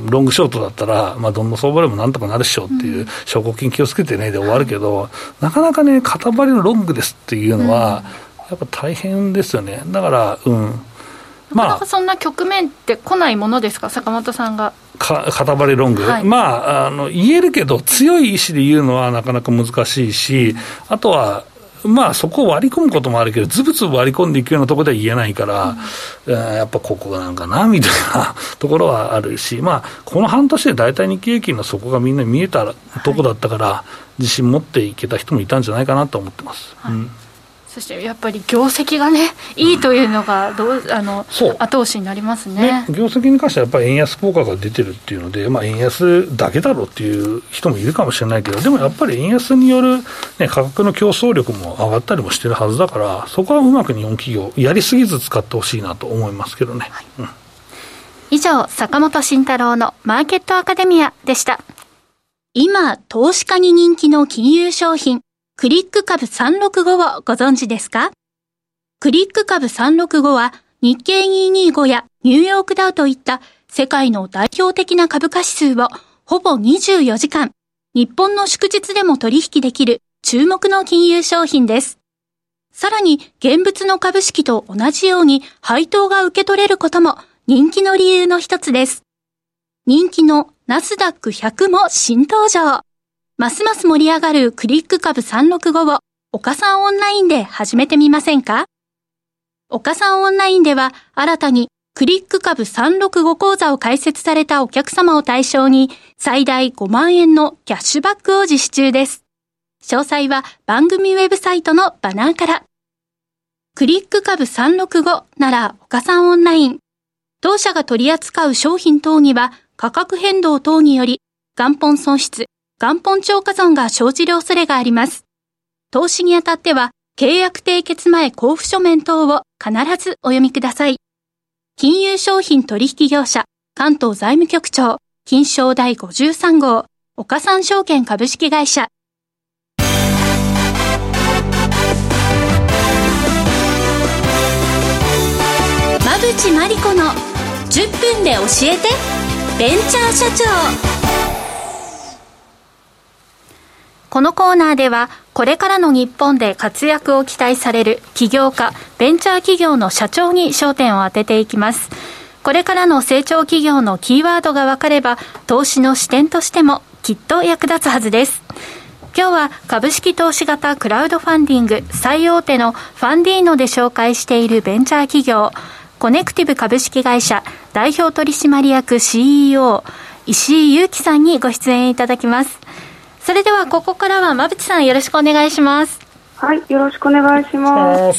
ロングショートだったら、まあ、どんな相場でもなんとかなるっしょっていう、うん、証拠金気をつけてねで終わるけど、なかなかね片張りのロングですっていうのは、うん、やっぱ大変ですよね。だから、うん、 なかなかそんな局面って来ないものですか、坂本さんが。 か片張りロング、はい、まあ、あの言えるけど強い意志で言うのはなかなか難しいし、あとはまあそこを割り込むこともあるけど、ずぶずぶ割り込んでいくようなところでは言えないから、うん、やっぱここがなんかなみたいなところはあるし、まあこの半年で大体日経平均の底がみんな見えたとこだったから、はい、自信持っていけた人もいたんじゃないかなと思ってます、はい、うん、 そしてやっぱり業績がねいいというのがどうあの後押しになります ね, ね業績に関してはやっぱり円安効果が出てるっていうので、まあ、円安だけだろうっていう人もいるかもしれないけど、でもやっぱり円安による、ね、価格の競争力も上がったりもしてるはずだから、そこはうまく日本企業やりすぎず使ってほしいなと思いますけどね、はい、うん、 以上坂本慎太郎のマーケットアカデミアでした。今投資家に人気の金融商品クリック株さんろくごをご存知ですか？クリック株さんろくごは日経にひゃくにじゅうごやニューヨークダウといった世界の代表的な株価指数をほぼにじゅうよじかん、日本の祝日でも取引できる注目の金融商品です。さらに現物の株式と同じように配当が受け取れることも人気の理由の一つです。人気のナスダックひゃくも新登場。ますます盛り上がるクリック株さんろくごを岡三オンラインで始めてみませんか？岡三オンラインでは新たにクリック株さんろくご講座を開設されたお客様を対象に最大ごまんえんのキャッシュバックを実施中です。詳細は番組ウェブサイトのバナーから。クリック株さんろくごなら岡さんオンライン。当社が取り扱う商品等には価格変動等により元本損失、元本超過損が生じる恐れがあります。投資にあたっては契約締結前交付書面等を必ずお読みください。金融商品取引業者関東財務局長金商第ごじゅうさん号岡三証券株式会社。馬淵真理子のじゅっぷんで教えてベンチャー社長。このコーナーではこれからの日本で活躍を期待される起業家、ベンチャー企業の社長に焦点を当てていきます。これからの成長企業のキーワードが分かれば投資の視点としてもきっと役立つはずです。今日は株式投資型クラウドファンディング最大手のファンディーノで紹介しているベンチャー企業コネクティブ株式会社代表取締役 シーイーオー 石井裕樹さんにご出演いただきます。それではここからは馬淵さんよろしくお願いします。 はい、よろしくお願いします。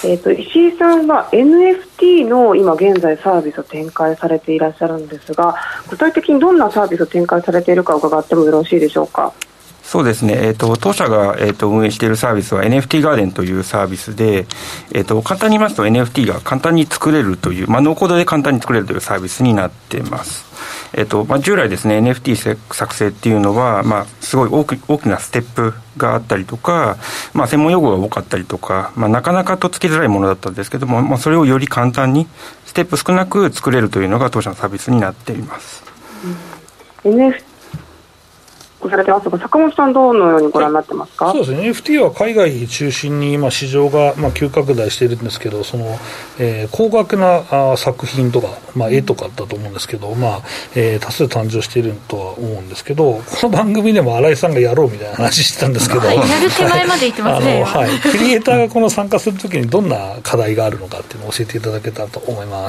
えっと、石井さんは エヌエフティー の今現在サービスを展開されていらっしゃるんですが、具体的にどんなサービスを展開されているか伺ってもよろしいでしょうか。 そうですね、えー、と当社が、えー、と運営しているサービスは エヌエフティー ガーデンというサービスで、えー、と簡単に言いますと エヌエフティー が簡単に作れるという、まあ、ノーコードで簡単に作れるというサービスになっています。えーとまあ、従来ですね エヌエフティー 作成っていうのは、まあ、すごい大き、大きなステップがあったりとか、まあ、専門用語が多かったりとか、まあ、なかなかとっつきづらいものだったんですけども、まあ、それをより簡単にステップ少なく作れるというのが当社のサービスになっています。 うん、エヌエフティーされてますが、坂本さんどのようにご覧になってますか。 そうですね、 エヌエフティー は海外中心に今市場がまあ急拡大しているんですけど、その、えー、高額なあ作品とか、まあ、絵とかだと思うんですけど、まあえー、多数誕生しているとは思うんですけど、この番組でも新井さんがやろうみたいな話してたんですけど、 はい、やる手前まで言ってますね。 はい、クリエイターがこの参加するときにどんな課題があるのかっていうのを教えていただけたらと思います。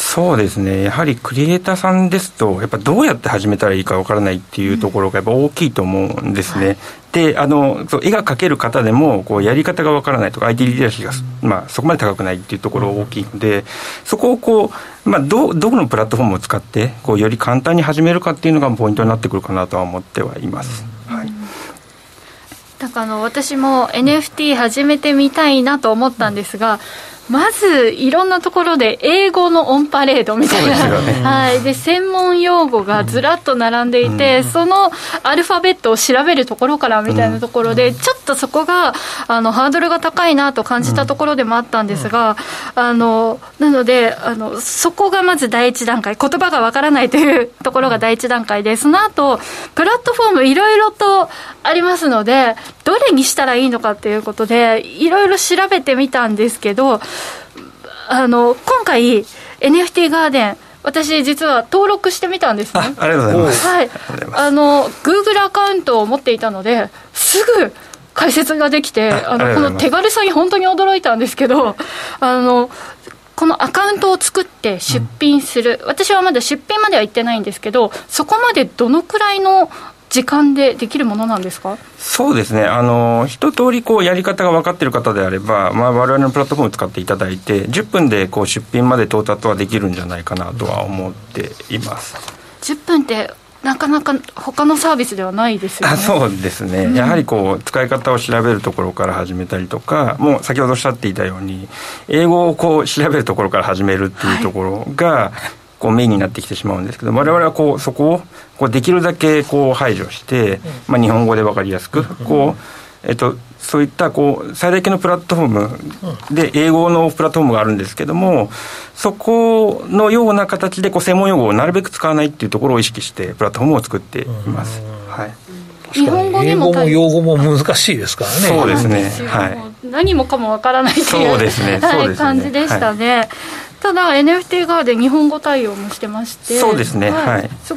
そうですね、やはりクリエイターさんですとやっぱどうやって始めたらいいかわからないっていうところがやっぱ大きいと思うんですね。で、あのそう絵が描ける方でもこうやり方がわからないとか アイティー リテラシーが、まあ、そこまで高くないっていうところが大きいので、そこをこう、まあ、ど, どこのプラットフォームを使ってこうより簡単に始めるかっていうのがポイントになってくるかなとは思ってはいます。はい、 だからあの私も エヌエフティー 始めてみたいなと思ったんですが、まずいろんなところで英語のオンパレードみたいな、ね、はい、で専門用語がずらっと並んでいて、うん、そのアルファベットを調べるところからみたいなところで、うん、ちょっとそこがあのハードルが高いなと感じたところでもあったんですが、うん、あのなのであのそこがまず第一段階、言葉がわからないというところが第一段階で、その後プラットフォームいろいろとありますので、どれにしたらいいのかということでいろいろ調べてみたんですけど、あの今回 エヌエフティー ガーデン私実は登録してみたんですね。 あ、ありがとうございます。 はい、あの Google アカウントを持っていたのですぐ解説ができて、あのこの手軽さに本当に驚いたんですけど、あのこのアカウントを作って出品する、うん、私はまだ出品までは行ってないんですけど、そこまでどのくらいの時間でできるものなんですか。 そうですね、あの一通りこうやり方が分かっている方であれば、まあ、我々のプラットフォームを使っていただいてじゅっぷんでこう出品まで到達はできるんじゃないかなとは思っています。 じゅっぷんってなかなか他のサービスではないですよね。 あ、そうですね、うん、やはりこう使い方を調べるところから始めたりとか、もう先ほどおっしゃっていたように英語をこう調べるところから始めるっていうところが、はい、こうメインになってきてしまうんですけど、我々はこうそこをこうできるだけこう排除して、まあ、日本語で分かりやすくこう、えっと、そういったこう最大級のプラットフォームで英語のプラットフォームがあるんですけども、そこのような形でこう専門用語をなるべく使わないっていうところを意識してプラットフォームを作っています。はい、 確かに英語も用語も難しいですからね。 そうですね、はい、 何もかもわからないという、 そうですね、そうですね、 感じでしたね。はい、ただ エヌエフティー 側で日本語対応もしてまして、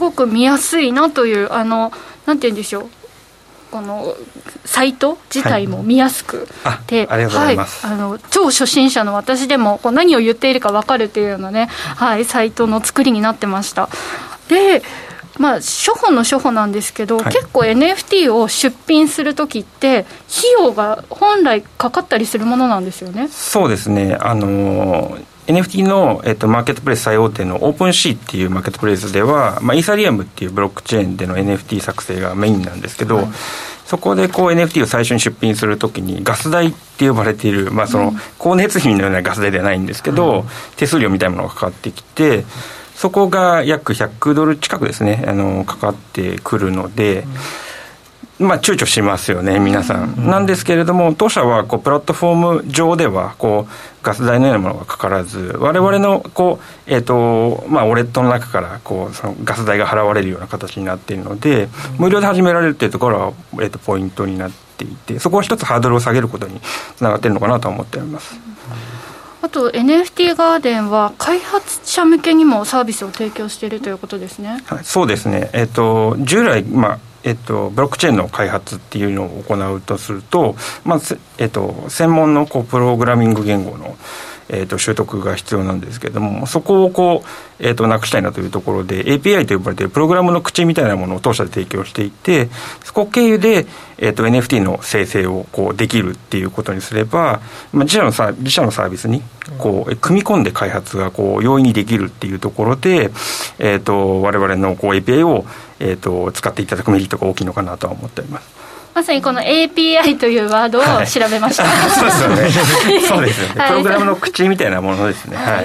そうですね、はい、 すごく見やすいなという、あのなんて言うんでしょう、 このサイト自体も見やすくて、 はい、あ, ありがとうございます、 はい、あの超初心者の私でもこう何を言っているか分かるというようなね、はい、サイトの作りになってました。でまあ、初歩の初歩なんですけど、はい、結構 エヌエフティー を出品するときって費用が本来かかったりするものなんですよね。 そうですね、あの エヌエフティー の、えっと、マーケットプレイス最大手のオープンシーっていうマーケットプレイスでは、まあ、イーサリアムっていうブロックチェーンでの エヌエフティー 作成がメインなんですけど、はい、そこでこう エヌエフティー を最初に出品するときにガス代って呼ばれている、まあ、その光熱費のようなガス代ではないんですけど、うん、手数料みたいなものがかかってきて、そこが約ひゃくドル近くですね、あのかかってくるので、うん、まあ躊躇しますよね皆さん、うん、なんですけれども、当社はこうプラットフォーム上ではこうガス代のようなものがかからず、我々のこう、えーとまあ、ウォレットの中からこうそのガス代が払われるような形になっているので、うん、無料で始められるというところは、えーとポイントになっていて、そこは一つハードルを下げることにつながっているのかなと思っております。 あと エヌエフティー ガーデンは開発者向けにもサービスを提供しているということですね。 はい、そうですね、えーと、従来、まあえーと、ブロックチェーンの開発っていうのを行うとすると、まあえーと、専門のこうプログラミング言語のえー、と習得が必要なんですけれども、そこをこう、えー、となくしたいなというところで エーピーアイ と呼ばれているプログラムの口みたいなものを当社で提供していて、そこ経由で、えー、と エヌエフティー の生成をこうできるっていうことにすれば、まあ、自社のサ自社のサービスにこう組み込んで開発がこう容易にできるっていうところで、えー、と我々のこう エーピーアイ を、えー、と使っていただくメリットが大きいのかなとは思っております。 まさにこの エーピーアイ というワードを調べました、はい、 そうですよねそうですよね、はい、プログラムの口みたいなものですね、はい、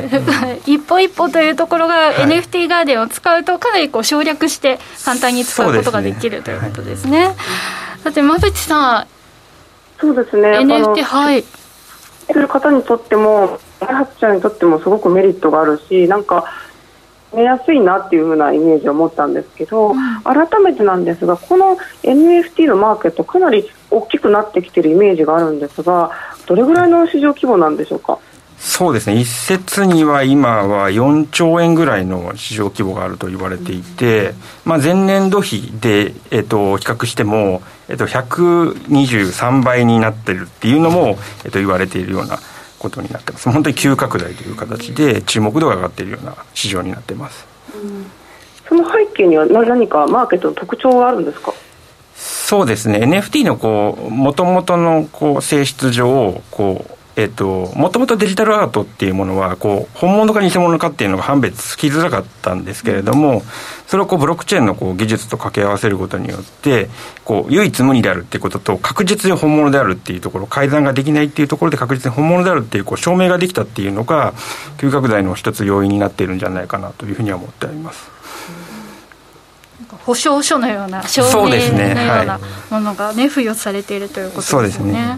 一歩一歩というところが エヌエフティー ガーデンを使うとかなりこう省略して簡単に使うことができるということですね。さて馬淵さん、 そうですね、 エヌエフティー はいする方にとっても開発者にとってもすごくメリットがあるし、なんか見やすいなっていう風なイメージを持ったんですけど、うん、改めてなんですが、この エヌエフティー のマーケットかなり大きくなってきているイメージがあるんですが、どれぐらいの市場規模なんでしょうか。 そうですね、一説には今はよんちょうえんぐらいの市場規模があると言われていて、まあ、前年度比で、えっと、比較しても、えっと、ひゃくにじゅうさんばいになってるっていうのも、えっと、言われているようなことになってます。本当に急拡大という形で注目度が上がっているような市場になっています。 うん、その背景には何かマーケットの特徴があるんですか。 そうですね、エヌエフティー のこう元々のこう性質上、こうえっと、もともとデジタルアートっていうものはこう本物か偽物かっていうのが判別つきづらかったんですけれども、それをこうブロックチェーンのこう技術と掛け合わせることによってこう唯一無二であるっていうことと確実に本物であるっていうところ、改ざんができないっていうところで確実に本物であるっていうこう証明ができたっていうのが急拡大の一つ要因になっているんじゃないかなというふうには思っております。 保証書のような証明のようなものが、ね、付与されているということですよね。そうですね。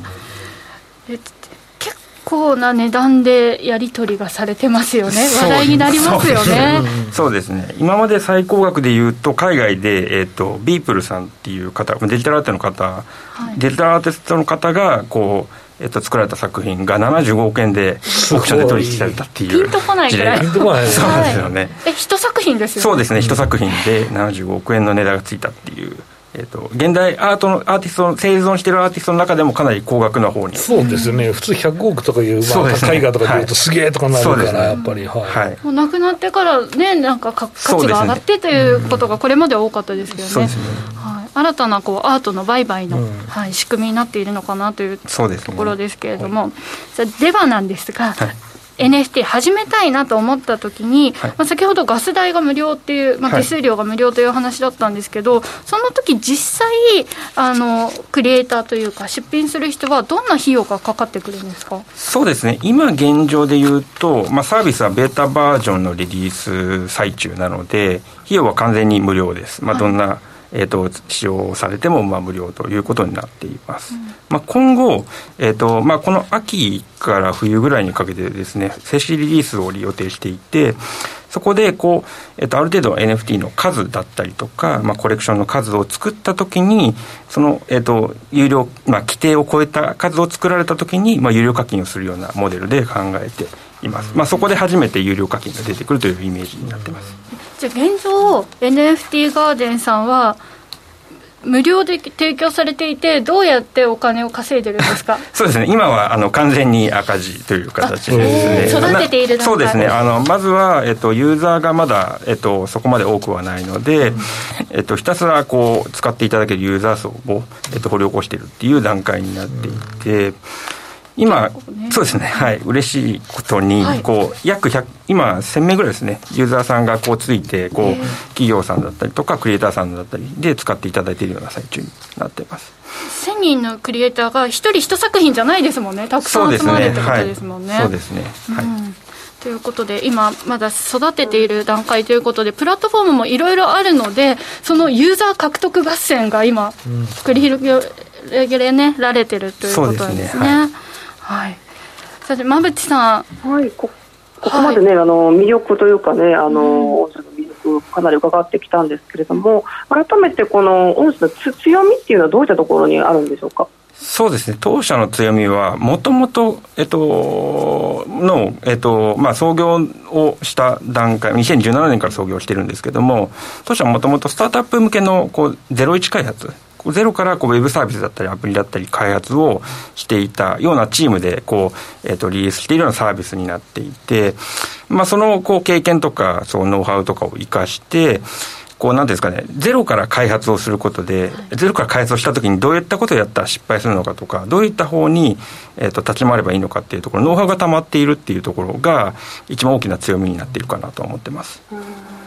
結構な値段でやり取りがされてますよね。話題になりますよね。 そうですね、今まで最高額でいうと海外で、えー、とビープルさんっていう方、デジタルアーティストの方、はい、デジタルアーティストの方がこうえっと、作られた作品がななじゅうごおくえんでオークションで取引されたっていうピンとこないぐらいそうですよね、 はい、え一作品ですよね。 そうですね、一作品でななじゅうごおくえんの値段がついたっていう、えっと、現代アートのアーティストの生存しているアーティストの中でもかなり高額な方に。 そうですね、普通ひゃくおくとかいう、まあ、絵画とかでいうとすげえとかなるから、やっぱり、はいはい、 もう亡くなってからね、なんか価値が上がってということがこれまで多かったですけどね。そうですね、はい、新たなこうアートの売買の、うん、はい、仕組みになっているのかなというところですけれども、で、ね、ではなんですが、はい、エヌエフティー 始めたいなと思った時に、はい、まあ、先ほどガス代が無料っていう、まあ、手数料が無料という話だったんですけど、はい、その時実際あのクリエイターというか出品する人はどんな費用がかかってくるんですか。 そうですね、今現状でいうと、まあ、サービスはベータバージョンのリリース最中なので費用は完全に無料です。まあ、どんな、はい、えー、と使用されてもまあ無料ということになっています。うん、まあ、今後、えーとまあ、この秋から冬ぐらいにかけてですね、正式リリースを予定していて、そこでこう、えー、とある程度 エヌエフティー の数だったりとか、まあ、コレクションの数を作ったときにその、えー、と有料、まあ、規定を超えた数を作られたときに、まあ、有料課金をするようなモデルで考えています。まあ、そこで初めて有料課金が出てくるというイメージになっています。 じゃあ現状 エヌエフティー ガーデンさんは無料で提供されていて、どうやってお金を稼いでるんですか？ そうですね、今はあの完全に赤字という形ですね。 育てている段階。 そうですね、あのまずは、えっと、ユーザーがまだ、えっと、そこまで多くはないので、うん、えっと、ひたすらこう使っていただけるユーザー層を、えっと、掘り起こしているっていう段階になっていて、うん、今、ね、そうですね、はい、嬉しいことに、はい、こう約ひゃく今せんめいぐらいですね、ユーザーさんがこうついてこう企業さんだったりとかクリエイターさんだったりで使っていただいているような最中になっています。 せんにんのクリエイターが一人一作品じゃないですもんね。たくさん集まるってことですもんね。 そうですね、はい、うん、 ということで今まだ育てている段階ということで、プラットフォームもいろいろあるので、そのユーザー獲得合戦が今繰り広げられてるということなんですね。そうですね、はい、はい、さて馬淵さん、 はい、こ, ここまでね、はい、あの魅力というかね、あの、音声の魅力かなり伺ってきたんですけれども、改めてこの音声の強みっていうのはどういったところにあるんでしょうか？ そうですね、当社の強みはもともと、えっとの、えっとまあ、創業をした段階、にせんじゅうななねんから創業してるんですけども、当社はもともとスタートアップ向けのこうゼロイチ開発、ゼロからこうウェブサービスだったりアプリだったり開発をしていたようなチームでこう、えー、とリリースしているようなサービスになっていて、まあ、そのこう経験とかそのノウハウとかを生かしてこうなんていうんですかね、ゼロから開発をすることで、ゼロから開発をしたときにどういったことをやったら失敗するのかとか、どういった方に、えー、と立ち回ればいいのかっていうところ、ノウハウが溜まっているっていうところが一番大きな強みになっているかなと思ってます。うん、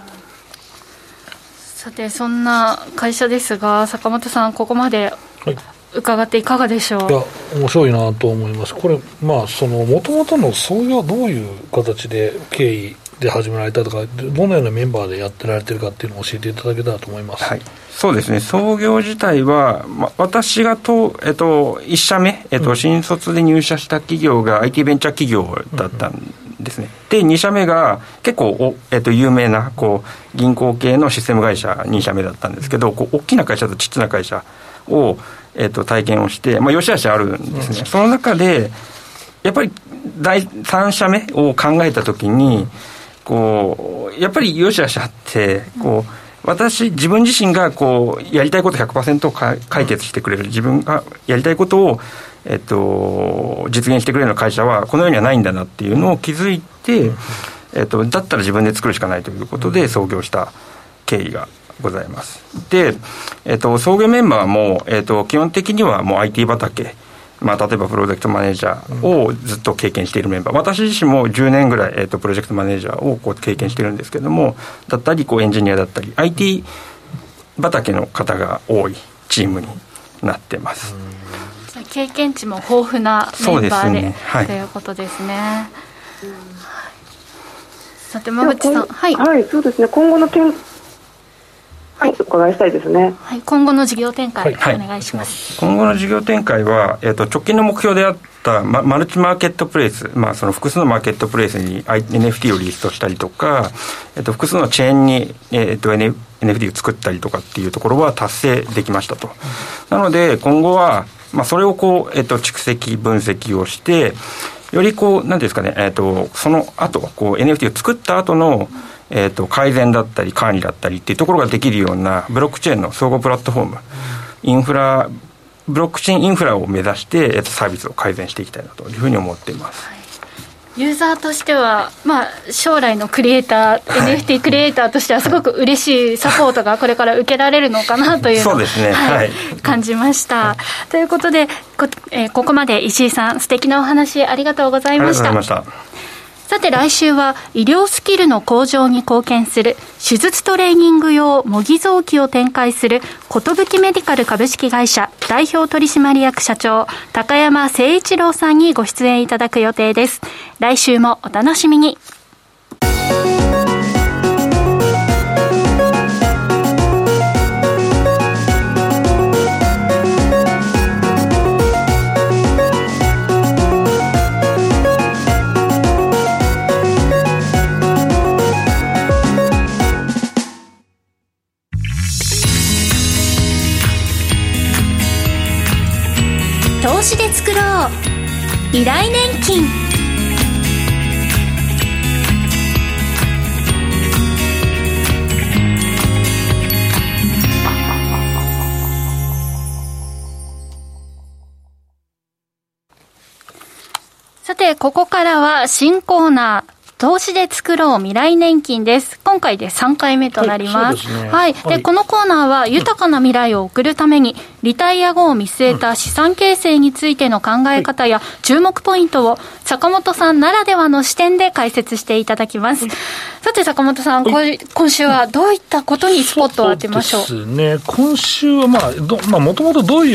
さてそんな会社ですが、坂本さんここまで伺っていかがでしょう？ はい、いや面白いなと思います。これまあその元々の創業はどういう形で経緯で始められたとか、どのようなメンバーでやってられてるかっていうのを教えていただけたらと思います。 はい、そうですね、創業自体は、ま、私がと、えっと、いっ社目、えっと、新卒で入社した企業が アイティー ベンチャー企業だったんですね。でに社目が結構お、えっと、有名なこう銀行系のシステム会社に社目だったんですけど、こう大きな会社とちっちゃな会社を、えっと、体験をして、まあ、良し悪しあるんですね。その中でやっぱり第さん社目を考えたときに、こうやっぱり良し悪しあって、こう私自分自身がこうやりたいこと ひゃくパーセント 解決してくれる、自分がやりたいことを、えっと、実現してくれるような会社はこの世にはないんだなっていうのを気づいて、えっと、だったら自分で作るしかないということで創業した経緯がございます。で、えっと、創業メンバーも、えっと、基本的にはもう アイティー 畑、まあ、例えばプロジェクトマネージャーをずっと経験しているメンバー、私自身もじゅうねんぐらい、えー、とプロジェクトマネージャーをこう経験しているんですけども、だったりこうエンジニアだったり アイティー 畑の方が多いチームになってます。 経験値も豊富なメンバーで、 ね、はい、 ということですね。さて馬淵さん、はい、 はい、そうですね、今後の展はい、お伺いしたいですね。 はい、今後の事業展開、はい、お願いします。 今後の事業展開は、えー、と直近の目標であった、ま、マルチマーケットプレイス、まあ、その複数のマーケットプレイスに エヌエフティー をリストしたりとか、えー、と複数のチェーンに、えー、と エヌエフティー を作ったりとかっていうところは達成できましたと。なので今後は、まあ、それをこう、えー、と蓄積分析をしてよりこう何ていうんですかね、えー、とその後こう エヌエフティー を作った後のえー、と改善だったり管理だったりっていうところができるようなブロックチェーンの総合プラットフォーム、インフラブロックチェーンインフラを目指して、えー、とサービスを改善していきたいなというふうに思っています。はい、 ユーザーとしては、まあ、将来のクリエイター、はい、エヌエフティー クリエイターとしてはすごく嬉しいサポートがこれから受けられるのかなというのをそうですね、はいはい、感じました、はい、ということで こ,、えー、ここまで石井さん素敵なお話ありがとうございました。 ありがとうございました。 さて来週は医療スキルの向上に貢献する手術トレーニング用模擬臓器を展開する寿メディカル株式会社代表取締役社長高山誠一郎さんにご出演いただく予定です。来週もお楽しみに。投資で作ろう未来年金。 さて、ここからは新コーナー、投資で作ろう未来年金です。今回でさんかいめとなります。はい、ね、はい。で、はい、このコーナーは豊かな未来を送るために、リタイア後を見据えた資産形成についての考え方や注目ポイントを坂本さんならではの視点で解説していただきます。さて坂本さん、今週はどういったことにスポットを当てましょう。 そうですね。今週はまあどまあもともとどういう、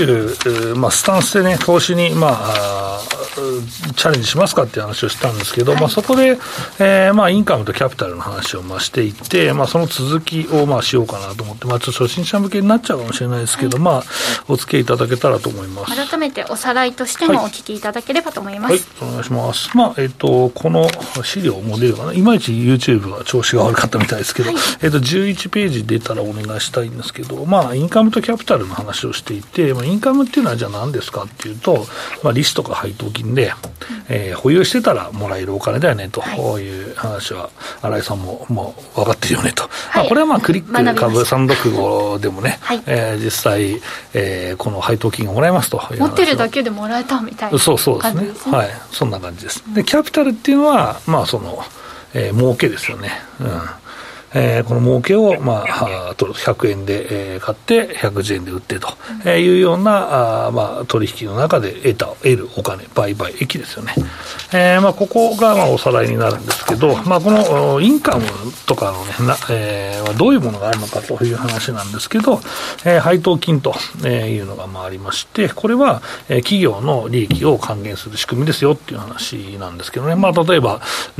まあ、スタンスでね投資にまあチャレンジしますかっていう話をしたんですけど、はい、まあそこで、えー、まあインカムとキャピタルの話をまあしていって、まあその続きをまあしようかなと思って、まあちょっと初心者向けになっちゃうかもしれないですけど、はい、まあお付き合いいただけたらと思います。 改めておさらいとしてもお聞きいただければと思います。 はい、はい、お願いします。まあえっとこの資料モデルがね、いまいち YouTube が調子が悪かったみたいですけど、はい、えっとじゅういちページ出たらお願いしたいんですけど、まあインカムとキャピタルの話をしていて、まあインカムっていうのはじゃあ何ですかっていうと、まあ利子とか配当金で、えー、保有してたらもらえるお金だよねという話は新井さんももう分かってるよねと、はい、まあ、これはまあクリック株さんろくごでもね、はい、えー、実際、えー、この配当金がもらえますという話、 持ってるだけでもらえたみたいな、 そうそうですね、はい、そんな感じです。でキャピタルっていうのはまあその、えー、儲けですよね。うん、えー、この儲けを、まあ、ひゃくえんで、えー、買ってひゃくじゅうえんで売ってというような、あ、まあ、取引の中で得た得るお金、売買益ですよね。えーまあ、ここがまあおさらいになるんですけど、まあ、このインカムとかのね、なえー、どういうものがあるのかという話なんですけど、えー、配当金というのがまあありまして、これは企業の利益を還元する仕組みですよっていう話なんですけどね。まあ、例えば、うん、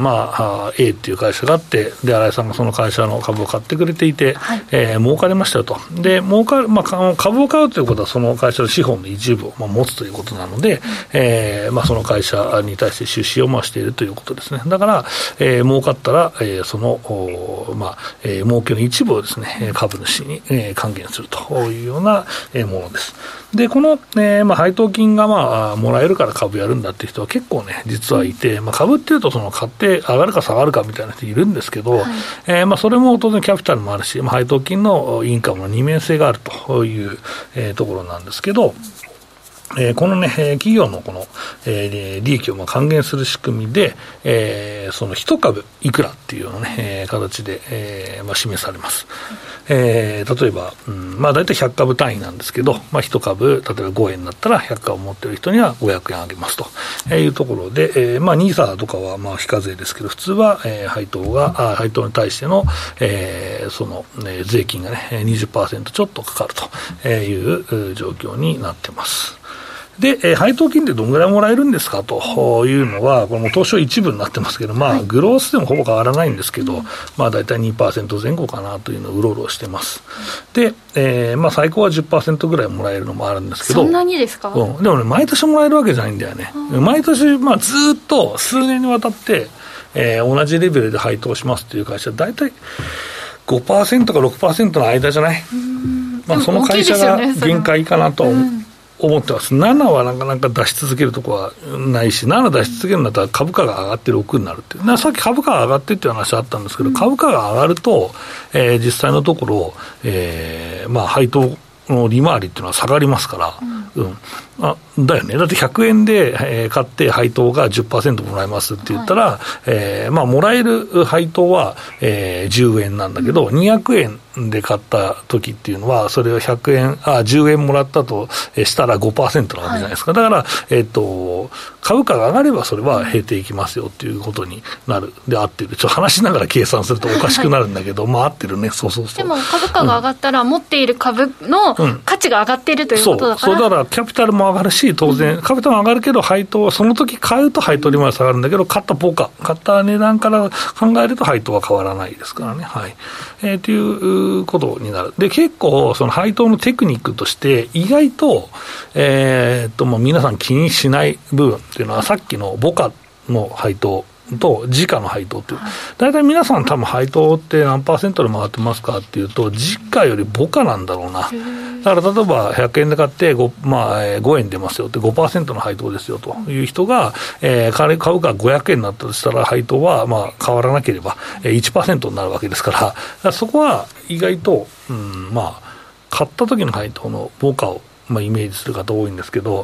まあ、A っていう会社があって、で、新井さんがその会社の株を買ってくれていて、はい、えー、儲かりましたよと。で、儲かる、まあ、株を買うということはその会社の資本の一部をまあ持つということなので、うん、えー、まあ、その会社に対して出資をまあしているということですね。だから、えー、儲かったら、えー、その、まあ、えー、儲けの一部をですね、株主に、えー、還元するというようなものです。で、この、えー、まあ、配当金がまあ、もらえるから株やるんだっていう人は結構ね、実はいて、まあ、株っていうとその買って上がるか下がるかみたいな人いるんですけど、はい、えー、まあ、それも当然キャピタルもあるし、まあ、配当金のインカムの二面性があるという、えー、ところなんですけど、えー、このね、企業のこの、えー、利益をまあ還元する仕組みで、えー、その一株いくらっていうようなね、えー、形で、えーまあ、示されます。えー、例えば、うん、まあ大体ひゃくかぶ単位なんですけど、まあ一株、例えばごえんだったらひゃくかぶ持ってる人にはごひゃくえんあげますというところで、えー、まあニーサとかはまあ非課税ですけど、普通は、えー、配当が、あ配当に対しての、えー、その、ね、税金がね、にじゅっパーセントちょっとかかるという状況になってます。で、えー、配当金ってどんぐらいもらえるんですかというのは、これも東証一部になってますけど、まあ、グロースでもほぼ変わらないんですけど、まあ、大体 にパーセント 前後かなというのをうろうろしてます。で、えー、まあ、最高は じゅっパーセント ぐらいもらえるのもあるんですけど、 そんなにですか？ うん、でもね、毎年もらえるわけじゃないんだよね。毎年、まあ、ずっと数年にわたって、えー、同じレベルで配当しますという会社は、大体 ごパーセント か ろくパーセント の間じゃない？まあ、その会社が限界かなと思う。思ってます。ななはなかなか出し続けるところはないし、なな出し続けるんだったら株価が上がってろくになるっていう。さっき株価が上がってっていう話あったんですけど、株価が上がると、えー、実際のところ、えー、まあ配当の利回りっていうのは下がりますから、うん、うん、あだよね。だってひゃくえんで、えー、買って配当が じゅっパーセント もらえますって言ったら、はい、えー、まあもらえる配当は、えー、じゅうえんなんだけど、うん、にひゃくえんで買った時っていうのは、それをひゃくえん、あ、じゅうえんもらったとしたら ごパーセント なわけじゃないですか。はい、だから、えっと、株価が上がればそれは減っていきますよっていうことになる。で、合ってる。ちょっと話しながら計算するとおかしくなるんだけど、はい、まあ合ってるね。そうそうそう。 でも株価が上がったら、持っている株の価値が上がっているということだから。 うん、そう、そうだからキャピタルも上がるし、当然、うん、カピタルも上がるけど、配当、その時買うと配当利回り下がるんだけど、買ったポカ、買った値段から考えると配当は変わらないですからね。はい。えー、ということになる。で、結構、その配当のテクニックとして、意外と、えー、っと、もう皆さん気にしない部分っていうのは、さっきのボカの配当と時価の配当っていう、大体皆さん多分配当って何パーセントで回ってますかっていうと、時価よりボカなんだろうな。だから例えばひゃくえんで買って 5,、まあ、ごえん出ますよって ごパーセント の配当ですよという人が、えー、買うかごひゃくえんになったとしたら配当はまあ変わらなければ いちパーセント になるわけですから、だからそこは意外と、うん、まあ買った時の配当のボカをまあイメージする方多いんですけど、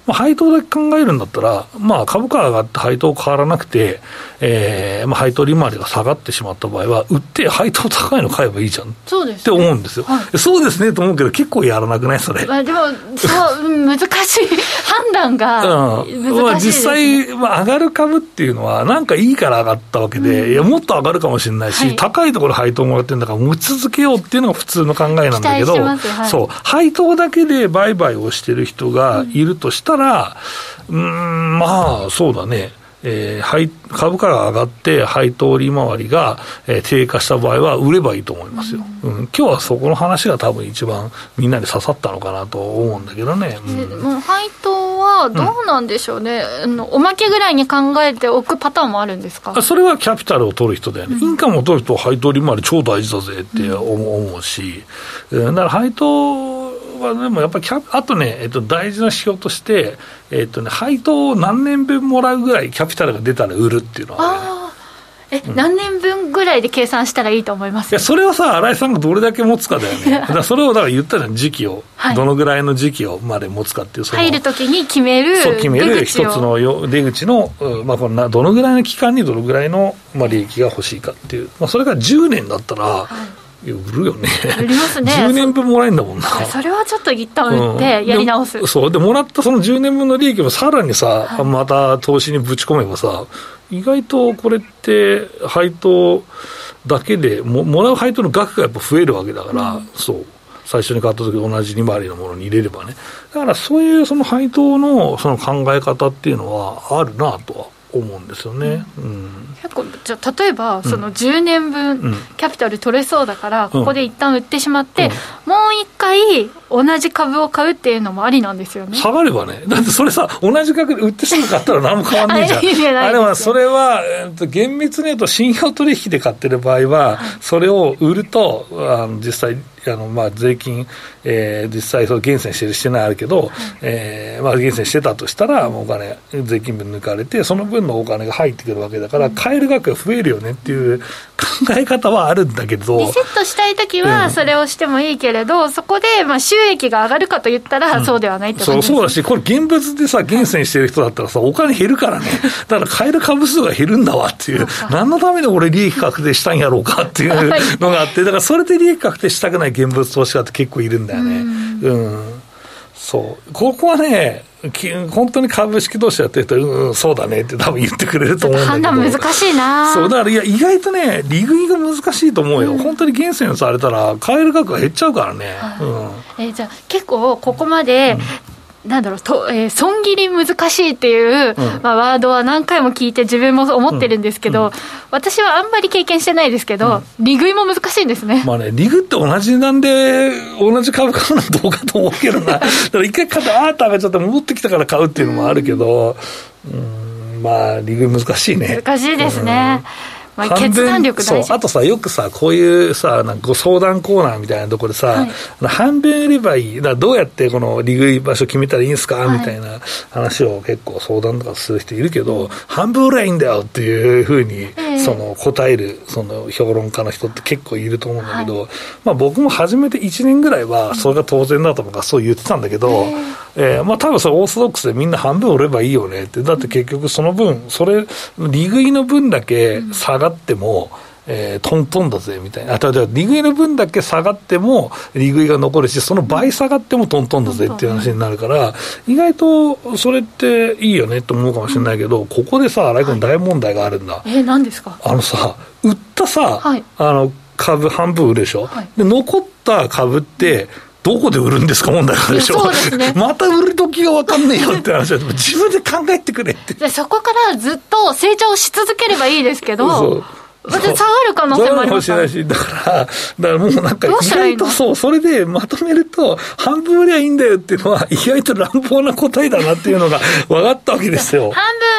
まあ、配当だけ考えるんだったら、まあ、株価が上がって配当変わらなくて、えーまあ、配当利回りが下がってしまった場合は売って配当高いの買えばいいじゃん、そうですね、って思うんですよ、はい、そうですねと思うけど結構やらなくないそれ、まあ、 でもそう難しい判断が難しいですね、うんまあ、実際、まあ、上がる株っていうのはなんかいいから上がったわけで、うん、いやもっと上がるかもしれないし、はい、高いところ配当もらってるんだから持ち続けようっていうのが普通の考えなんだけど、はい、そう配当だけで売買をしてる人がいるとしたら、うん、うーんまあそうだね、えー、株価が上がって配当利回りが、えー、低下した場合は売ればいいと思いますよ、うんうん、今日はそこの話が多分一番みんなに刺さったのかなと思うんだけどね、うん、 もう配当はどうなんでしょうね、うん、おまけぐらいに考えておくパターンもあるんですか。 それはキャピタルを取る人だよね、うん、インカムを取ると配当利回り超大事だぜって思うし、うん、だから配当はでもやっぱりキャあとね、えっと、大事な指標として、えっとね、配当を何年分もらうぐらいキャピタルが出たら売るっていうのは、ね、 あえ、うん、何年分ぐらいで計算したらいいと思います。 いやそれはさ新井さんがどれだけ持つかだよねだからそれをだから言ったじゃん時期を、はい、どのぐらいの時期をまで持つかっていうその入るときに決めるそう決める一つの出口の、まあ、こんなどのぐらいの期間にどのぐらいの、まあ、利益が欲しいかっていう、まあ、それがじゅうねんだったら、はい売るよね。 売りますね。 じゅうねんぶんもらえるんだもんな。 それはちょっと一旦売ってやり直す。 うん、そうでもらったそのじゅうねんぶんの利益もさらにさ、はい、また投資にぶち込めばさ、意外とこれって配当だけで も, もらう配当の額がやっぱ増えるわけだから、うん、そう最初に買った時同じ利回りのものに入れればね。だからそういうその配当のその考え方っていうのはあるなとは思うんですよね、うんうん、結構じゃあ例えばそのじゅうねんぶんキャピタル取れそうだから、ここで一旦売ってしまって、うん、もう一回同じ株を買うっていうのもありなんですよね。 下がればね、だってそれさ同じ価格で売ってすぐ買ったら何も変わんないじゃんあれはそれは、えー、と厳密に言うと信用取引で買ってる場合は、はい、それを売るとあの実際あのまあ税金、えー、実際その厳選してるしてないあるけど、はい、えーまあ、厳選してたとしたらもうお金税金分抜かれてその分のお金が入ってくるわけだから、うん、買える額が増えるよねっていう考え方はあるんだけど、 リセットしたいときはそれをしてもいいけれど、うん、そこでまあ収益が上がるかと言ったら、うん、そうではないって感じです、ね、そうそうだしこれ現物でさ厳選してる人だったらさお金減るからねだから買える株数が減るんだわっていう何のために俺利益確定したんやろうかっていうのがあってだからそれで利益確定したくない現物投資家って結構いるんだよね。うん、うん、そうここはね本当に株式投資やってると、うん、そうだねって多分言ってくれると思うんだけど判断難しいな。 そうだからいや意外とね利食いが難しいと思うよ、うん、本当に厳選されたら買える額が減っちゃうからね、 うんえー、じゃあ結構ここまで、うんなんだろうと、えー、損切り難しいっていう、うんまあ、ワードは何回も聞いて自分も思ってるんですけど、うんうん、私はあんまり経験してないですけど、うん、利食いも難しいんですね。 まあね、利食って同じなんで同じ株買うのはどうかと思うけどなだから一回買ってああ食べちゃって戻ってきたから買うっていうのもあるけど、うん、うんまあ利食い難しいね。 難しいですね、うんまあ、決断力大事。 そうあとさよくさこういうさなんかご相談コーナーみたいなところでさ、はい、半分売ればいいだからどうやってこの利食い場所決めたらいいんですか、はい、みたいな話を結構相談とかする人いるけど、うん、半分売ればいいんだよっていうふうに、えー、その答えるその評論家の人って結構いると思うんだけど、はいまあ、僕も初めていちねんぐらいはそれが当然だとかそう言ってたんだけど、えーえーまあ、多分それオーソドックスでみんな半分売ればいいよねってだって結局その分それ利食いの分だけ下がっても、うんえー、トントンだぜみたいな。あとは利食いの分だけ下がっても利食いが残るしその倍下がってもトントンだぜっていう話になるから意外とそれっていいよねと思うかもしれないけど、うん、ここでさ新井君大問題があるんだ、 はい、えー、何ですか。 あのさ売ったさ、はい、あの株半分売るでしょ、はい、で残った株ってどこで売るんですか問題があるでしょ。そうですねまた売る時が分かんねえよって話は自分で考えてくれってでそこからずっと成長し続ければいいですけどそう下がる可能性もありますからだからだからもうなんか意外とそうそれでまとめると半分売りゃいいんだよっていうのは意外と乱暴な答えだなっていうのが分かったわけですよ。 半分売った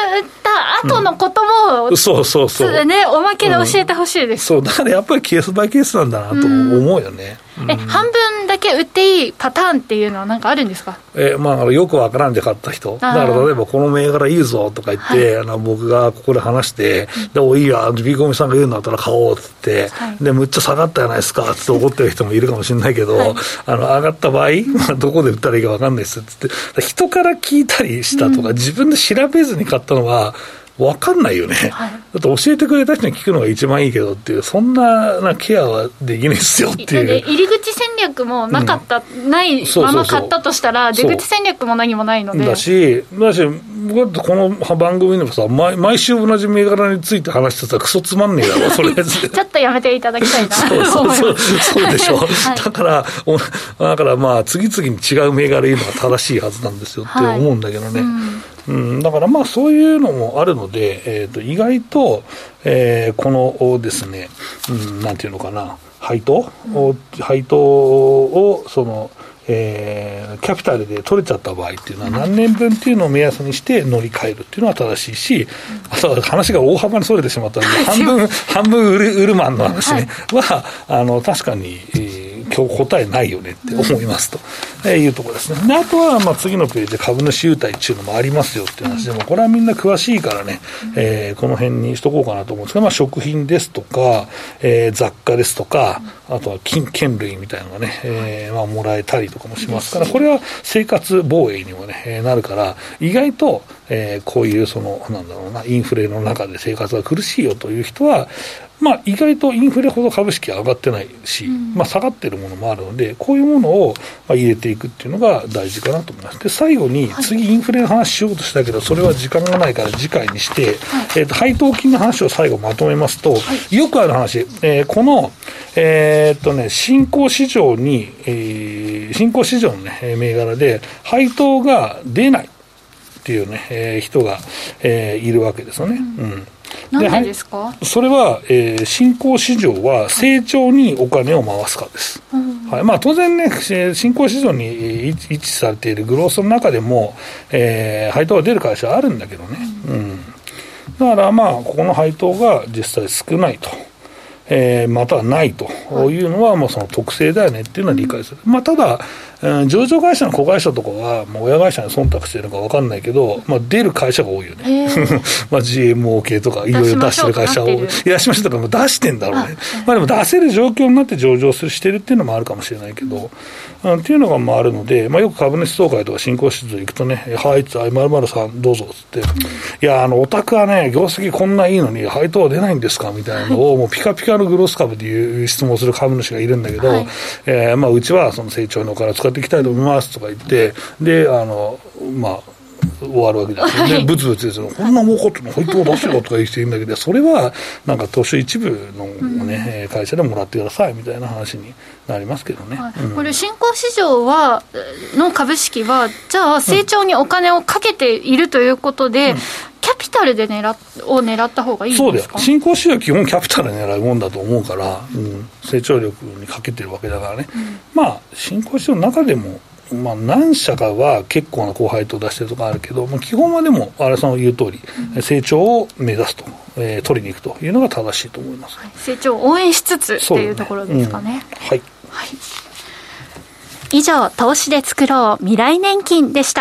た後のことも、 うん、そうそうそうね、おまけで教えてほしいです、 うん、そうだからやっぱりケースバイケースなんだなと思うよね、うん、 え半分だけ売っていいパターンっていうのは何かあるんですか？ えまあ、よくわからんで買った人だから例えばこの銘柄いいぞとか言って、はい、あの僕がここで話して、うん、でおいいやビーコミさんが言うんだったら買おうって言って、はい、でむっちゃ下がったじゃないですかって怒ってる人もいるかもしれないけど、はい、あの上がった場合、まあ、どこで売ったらいいかわかんないですって言って人から聞いたりしたとか、うん、自分で調べずに買ったのは分かんないよね、はい、だって教えてくれた人に聞くのが一番いいけどっていうそん な, なケアはできないですよっていう入り口戦略もなかった、うん、ないまま買ったとしたら出口戦略も何もないのでだし、だし僕だってこの番組でもさ 毎, 毎週同じ銘柄について話してたらクソつまんねえだろそれちょっとやめていただきたいなそうそうそうそうでしょ、はい、だからだからまあ次々に違う銘柄言うのが正しいはずなんですよって思うんだけどね、はいうんうん、だからまあそういうのもあるので、えー、と意外と、えー、このですね、うん、なんていうのかな配当、うん、配当をその、えー、キャピタルで取れちゃった場合っていうのは何年分っていうのを目安にして乗り換えるっていうのは正しいし、あとは話が大幅にそれてしまったので半分半分ウル、ウルマンの話、ねはい、はあの確かに、えー今日答えないよねって思いますと、うんえー、いうところですね。であとはまあ次のページで株主優待っていうのもありますよっていう話でもこれはみんな詳しいからね、うんえー、この辺にしとこうかなと思うんですが、まあ、食品ですとか、えー、雑貨ですとかあとは金券類みたいなのがね、えーまあ、もらえたりとかもしますからこれは生活防衛にもね、えー、なるから意外と、えー、こういうそのなんだろうなインフレの中で生活が苦しいよという人はまあ、意外とインフレほど株式は上がってないし、うんまあ、下がってるものもあるのでこういうものを入れていくっていうのが大事かなと思います。で最後に次インフレの話しようとしたけどそれは時間がないから次回にして、はいえー、と配当金の話を最後まとめますと、はい、よくある話、えー、この、えーっとね、新興市場に、えー、新興市場の、ね、銘柄で配当が出ないっていう、ねえー、人が、えー、いるわけですよね。うん、うんなんでですか？ それは、えー、新興市場は成長にお金を回すからです、うんはいまあ、当然ね新興市場に位置されているグロースの中でも、えー、配当が出る会社はあるんだけどね、うんうん、だからまあここの配当が実際少ないとえー、またはないというのは、まあ、その特性だよねっていうのは理解する、まあ、ただ、えー、上場会社の子会社とかは、まあ、親会社に忖度しているのか分かんないけど、まあ、出る会社が多いよねまあ ジーエムオー 系とかいろいろ出してる会社をいらっしゃいましたから出してんだろうねまあでも出せる状況になって上場するしてるっていうのもあるかもしれないけど、うん、っていうのがまああるので、まあ、よく株主総会とか新興市場行くとねはいって〇〇さんどうぞっつって、うん、いやあのお宅はね業績こんないいのに配当は出ないんですかみたいなのをもうピカピカのグロース株でいう質問する株主がいるんだけど、はいえーまあ、うちはその成長のお金を使っていきたいと思いますとか言ってであのまあ終わるわけだよね、はい、ブツブツですよこんな儲かってるの配当出せよとか言う人いるんだけどそれはなんか東証一部の、ねうん、会社でもらってくださいみたいな話になりますけどね、はいうん、 これ新興市場はの株式はじゃあ成長にお金をかけているということで、うんキャピタルで狙っを狙った方がいいんですか？ そうだよ新興市場は基本キャピタルで狙うもんだと思うから、うん、成長力にかけてるわけだからね、うん、まあ新興市場の中でもまあ、何社かは結構な高配当を出してるとかあるけど、まあ、基本はでも新井さんの言う通り、うん、成長を目指すと、えー、取りに行くというのが正しいと思います、はい、 成長を応援しつつっていうところですかね、ねうん、はい、 はい、以上投資で作ろう未来年金でした。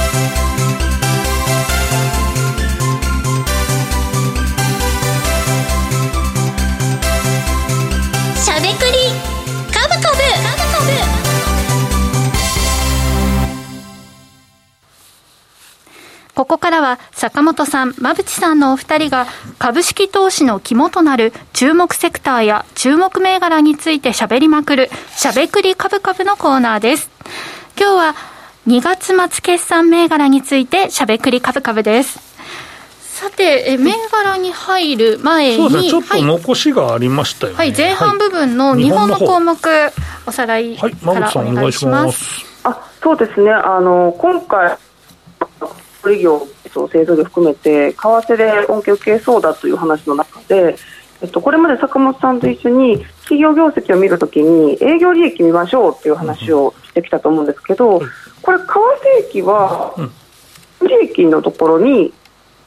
しゃべくりカブカブここからは坂本さん、馬淵さんのお二人が株式投資の肝となる注目セクターや注目銘柄についてしゃべりまくるしゃべくりカブカブのコーナーです。今日はにがつ末決算銘柄についてしゃべくりカブカブです。さてえ銘柄に入る前にそうですね、ちょっと残しがありましたよね、 はいはい、前半部分の日本の項目、はい、おさらいからお願いします。 あそうですねあの今回小売業製造業含めて為替で恩恵を受けそうだという話の中で、えっと、これまで坂本さんと一緒に企業業績を見るときに営業利益見ましょうという話をしてきたと思うんですけど、これ為替益は利益のところに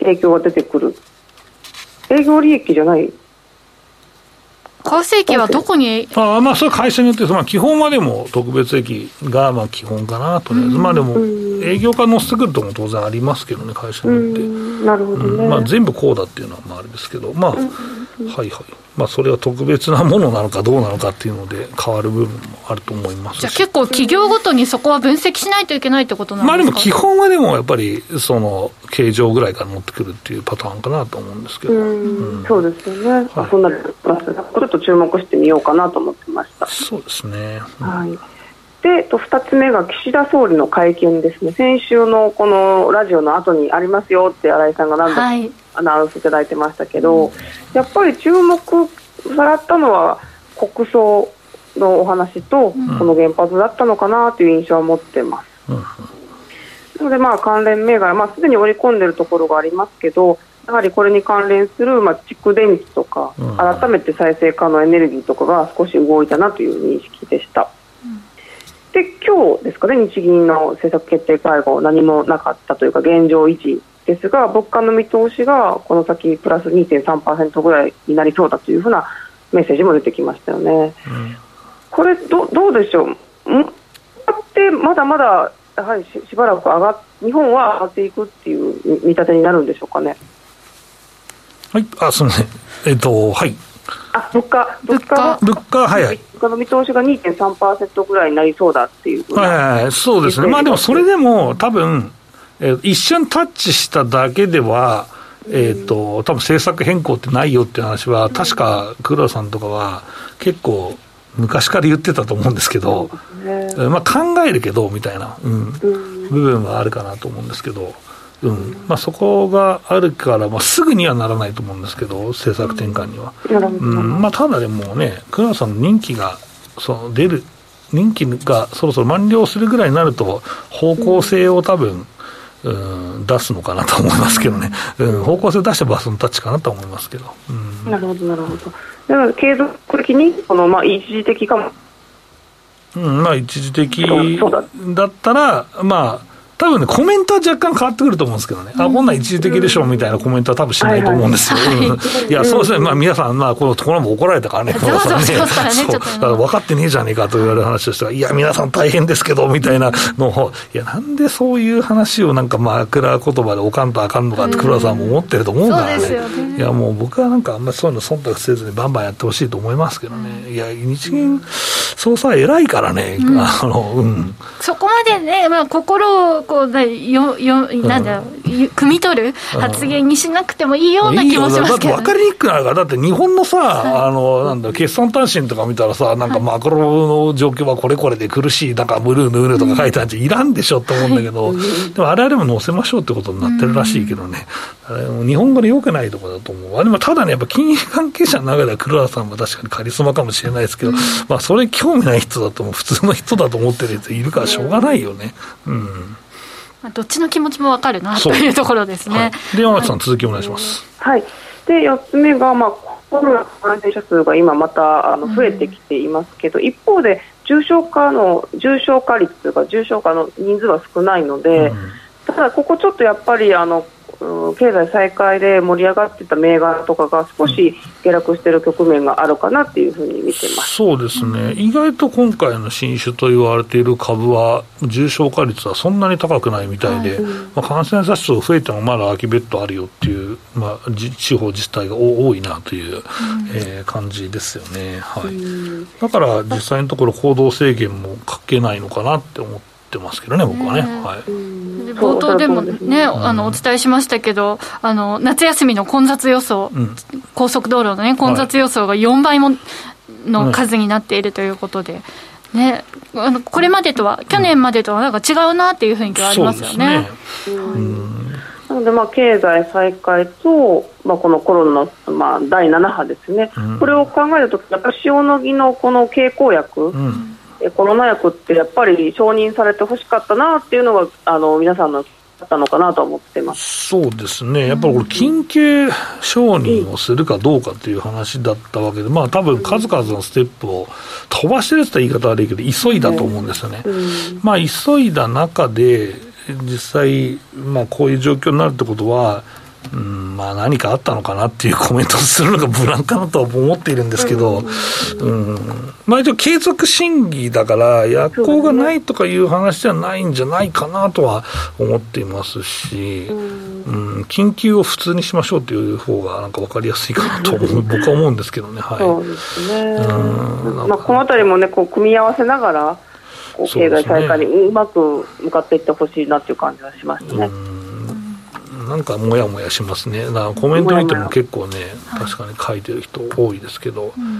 影響が出てくる。営業利益じゃない。 為替益はどこにああ、まあそれは会社によって、まあ、基本はでも特別益がまあ基本かなとりあえず、まあでも営業から乗せてくるとも当然ありますけどね、会社によって。 なるほどね。 うん、まあ全部こうだっていうのはまああれですけど、まあ、はいはい。まあそれは特別なものなのかどうなのかっていうので変わる部分もあると思いますし。 じゃあ結構企業ごとにそこは分析しないといけないってことなんですか。 まあでも基本はでもやっぱりその形状ぐらいから持ってくるっていうパターンかなと思うんですけど。 うんうん、そうですよね。はい、あ、そんなにちょっと注目してみようかなと思ってました。 そうですね。 うん、はい。で、ふたつめが岸田総理の会見ですね。先週のこのラジオの後にありますよって新井さんが何度かアナウンスいただいてましたけど、はい、やっぱり注目されたのは国葬のお話とこの原発だったのかなという印象を持ってます。うん、なのでまあ関連銘柄、まあ、すでに織り込んでいるところがありますけど、やはりこれに関連する、まあ、蓄電池とか、うん、改めて再生可能エネルギーとかが少し動いたなという認識でした。で、今日ですかね、日銀の政策決定会合、何もなかったというか現状維持ですが、物価の見通しがこの先プラス にてんさんパーセント ぐらいになりそうだというふうなメッセージも出てきましたよね。うん、これ ど, どうでしょう。んってまだまだやはり し, しばらく上が日本は上がっていくっていう見立てになるんでしょうかね。 はい、あ、すみません。えっと、はい。 あ、物価、物価、 物価、はいはい。 物価の見通しが にてんさんパーセント ぐらいになりそうだっていうふうな。 はいはい、そうですね。まあでもそれでも多分、えー、一瞬タッチしただけでは、えーと、多分政策変更ってないよっていう話は、確か黒田さんとかは結構昔から言ってたと思うんですけど、ね、まあ考えるけどみたいな、うん、部分はあるかなと思うんですけど、うんまあ、そこがあるから、まあ、すぐにはならないと思うんですけど、政策転換には、うんまあ、ただでもね、黒田さんの任期がその出る任期がそろそろ満了するぐらいになると方向性を多分、うん、出すのかなと思いますけどね、うん、方向性を出したバスのタッチかなと思いますけど、うん、 なるほどなるほど。だから継続的にこの、まあ、一時的かも、 うんまあ、一時的だったらまあ多分ね、コメントは若干変わってくると思うんですけどね、うん、あ、こんなん一時的でしょみたいなコメントは多分しないと思うんですよ。はいはいうん、いや、そうですね、まあ、皆さん、まあ、このところも怒られたからね、 そうそうそうそうからね、 そう、だから分かってねえじゃねえかと言われる話としては、いや、皆さん大変ですけどみたいなのを、いや、なんでそういう話をなんか枕言葉でおかんとあかんのかって、黒田さんも思ってると思うからね、そうですよね。いや、もう僕はなんか、あんまりそういうの忖度せずに、バンバンやってほしいと思いますけどね、いや、日銀総裁、偉いからね、うん、あのうん、 そこまでね、まあ、心をこうよよなんだろう、うん、汲み取る発言にしなくてもいいような気もしますけど、ね、 だって分かりにくくなるから、だって日本のさ、はい、あのなんだ決算短信とか見たらさ、なんかマクロの状況はこれこれで苦しい、なんかムルーヌールとか書いてあるんじゃいらんでしょって思うんだけど、はい、でもあれあれも載せましょうってことになってるらしいけどね、あれも日本語で良くないところだと思う。あれもただね、やっぱ金融関係者の中では黒田さんも確かにカリスマかもしれないですけど、うん、まあそれ興味ない人だとも普通の人だと思ってる人いるからしょうがないよね。うん。 まあ、どっちの気持ちも分かるなというところですね。はい、 で、山内さん、続きお願いします。 はい。で、よっつめが、まあ、コロナの感染者数が今またあの増えてきていますけど、うん、一方で重症化の重症化率というか重症化の人数は少ないので、うん、ただここちょっとやっぱりあの経済再開で盛り上がっていた銘柄とかが少し下落している局面があるかなというふうに見てます。 そうですね、意外と今回の新種と言われている株は重症化率はそんなに高くないみたいで、はい、まあ、感染者数増えてもまだ空きベッドあるよっていう、まあ、地方自治体が多いなという、うん、えー、感じですよね、はい、うん、だから実際のところ行動制限もかけないのかなって思ってますけどね、僕はね、はい、 冒頭でもね、あのお伝えしましたけど、あの夏休みの混雑予想、うん、高速道路の、ね、混雑予想がよんばいもの数になっているということで、ね、あのこれまでとは、去年までとはなんか違うなっていう雰囲気はありますよね。 そうですね、うん、なので、まあ、経済再開と、まあ、このコロナの、まあ、だいなな波ですね、うん、これを考えるとやっぱり塩野義のこの経口薬、うん、コロナ薬ってやっぱり承認されてほしかったなっていうのがあの皆さんのだったのかなと思ってます。 そうですね、やっぱりこれ緊急承認をするかどうかという話だったわけで、まあ多分数々のステップを飛ばしてるって言ったら言い方悪いけど急いだと思うんですよね、うん、まあ急いだ中で実際、まあ、こういう状況になるってことはうん、まあ何かあったのかなっていうコメントをするのが無難かなとは思っているんですけど、うん、うん、まあ一応継続審議だから薬効がないとかいう話じゃないんじゃないかなとは思っていますし、うん、緊急を普通にしましょうという方がなんか分かりやすいかなと思う僕は思うんですけどね。はい、 そうですね。うん、まあ、このあたりもねこう組み合わせながらこう経済再開にうまく向かっていってほしいなっていう感じはしますね。 なんかもやもやしますね。だからコメント見ても結構ね、確かに書いてる人多いですけど、うん、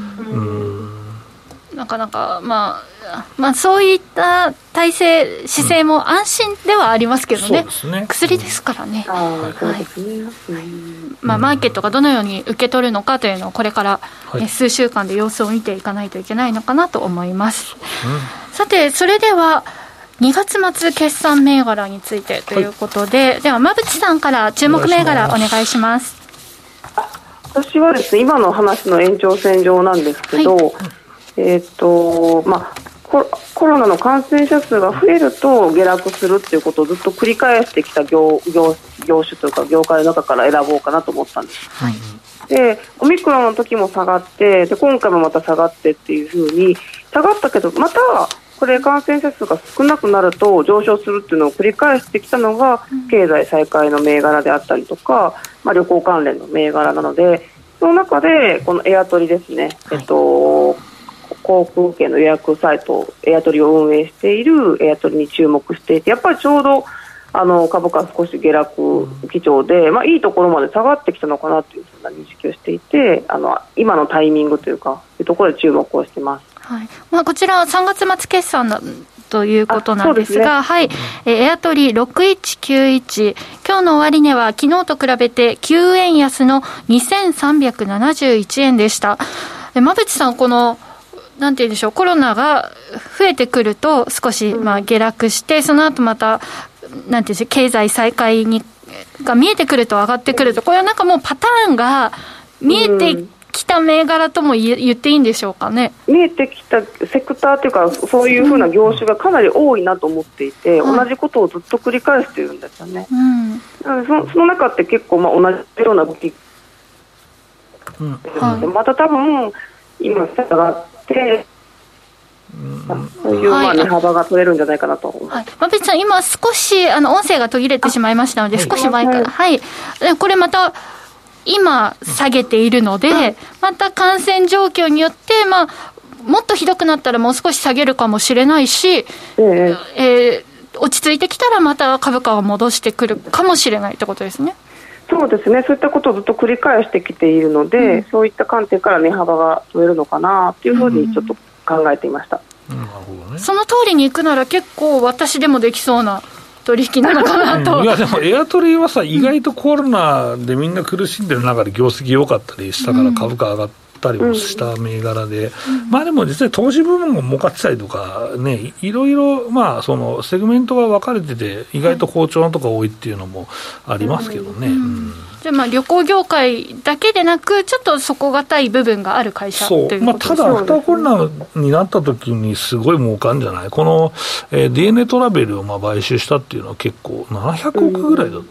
うん、なかなか、まあ、まあそういった体制姿勢も安心ではありますけどね、うん、そうですね、薬ですからね、うん、はいはい、まあ、マーケットがどのように受け取るのかというのをこれから、ね、はい、数週間で様子を見ていかないといけないのかなと思います、うん、さてそれではにがつ末決算銘柄についてということで、はい、では馬渕さんから注目銘柄お願いします。 私はですね今の話の延長線上なんですけど、はい、えーとまあ、コ, コロナの感染者数が増えると下落するっていうことをずっと繰り返してきた 業, 業, 業種というか業界の中から選ぼうかなと思ったんです、はい、でオミクロンの時も下がってで今回もまた下がってっていう風に下がったけどまたこれ感染者数が少なくなると上昇するっていうのを繰り返してきたのが経済再開の銘柄であったりとか、まあ、旅行関連の銘柄なのでその中でこのエアトリですね、はい、えっと、航空券の予約サイトエアトリを運営しているエアトリに注目していてやっぱりちょうどあの株価少し下落基調で、まあ、いいところまで下がってきたのかなというふうな認識をしていてあの今のタイミングというかいうところで注目をしてます。 はい、まあ、こちらさんがつ末決算だということなんですが、ね、はい、えー、エアトリろくいちきゅういち今日の終値は昨日と比べてきゅうえん安のにせんさんびゃくななじゅういちえんでした。馬渕さん、このなんて言うんでしょう、コロナが増えてくると少しまあ下落してその後またなんて言うんでしょう経済再開にが見えてくると上がってくるとこれはなんかもうパターンが見えてきた銘柄とも言っていいんでしょうかね。 見えてきたセクターというかそういうふうな業種がかなり多いなと思っていて、うん、同じことをずっと繰り返しているんですよね、うん、そ, その中って結構まあ同じような動き、うん、はい、また多分今下がってそういうまあ値幅が取れるんじゃないかなと思います。はい、馬渕さん、今少しあの音声が途切れてしまいましたので少し前から、はい、はい、これまた今下げているのでまた感染状況によって、まあ、もっとひどくなったらもう少し下げるかもしれないし、えーえー、落ち着いてきたらまた株価を戻してくるかもしれないってことですね。 そうですね、そういったことをずっと繰り返してきているので、うん、そういった観点から値幅が取れるのかなというふうにちょっと考えていました、うんうん、なるほどね。 その通りにいくなら結構私でもできそうな取引なのかなと、 うん、いやでもエアトリはさ意外とコロナでみんな苦しんでる中で業績良かったりしたから株価上がったりもした銘柄で、うん、まあでも実際投資部門も儲かってたりとかねいろいろまあそのセグメントが分かれてて意外と好調なとこ多いっていうのもありますけどね、うんうん、 でまあ旅行業界だけでなくちょっと底堅い部分がある会社ということです、 まあ、ただアフターコロナになった時にすごい儲かるんじゃないこの、えー、ディーエヌエー トラベルをまあ買収したっていうのは結構ななひゃくおくぐらいだ、うん、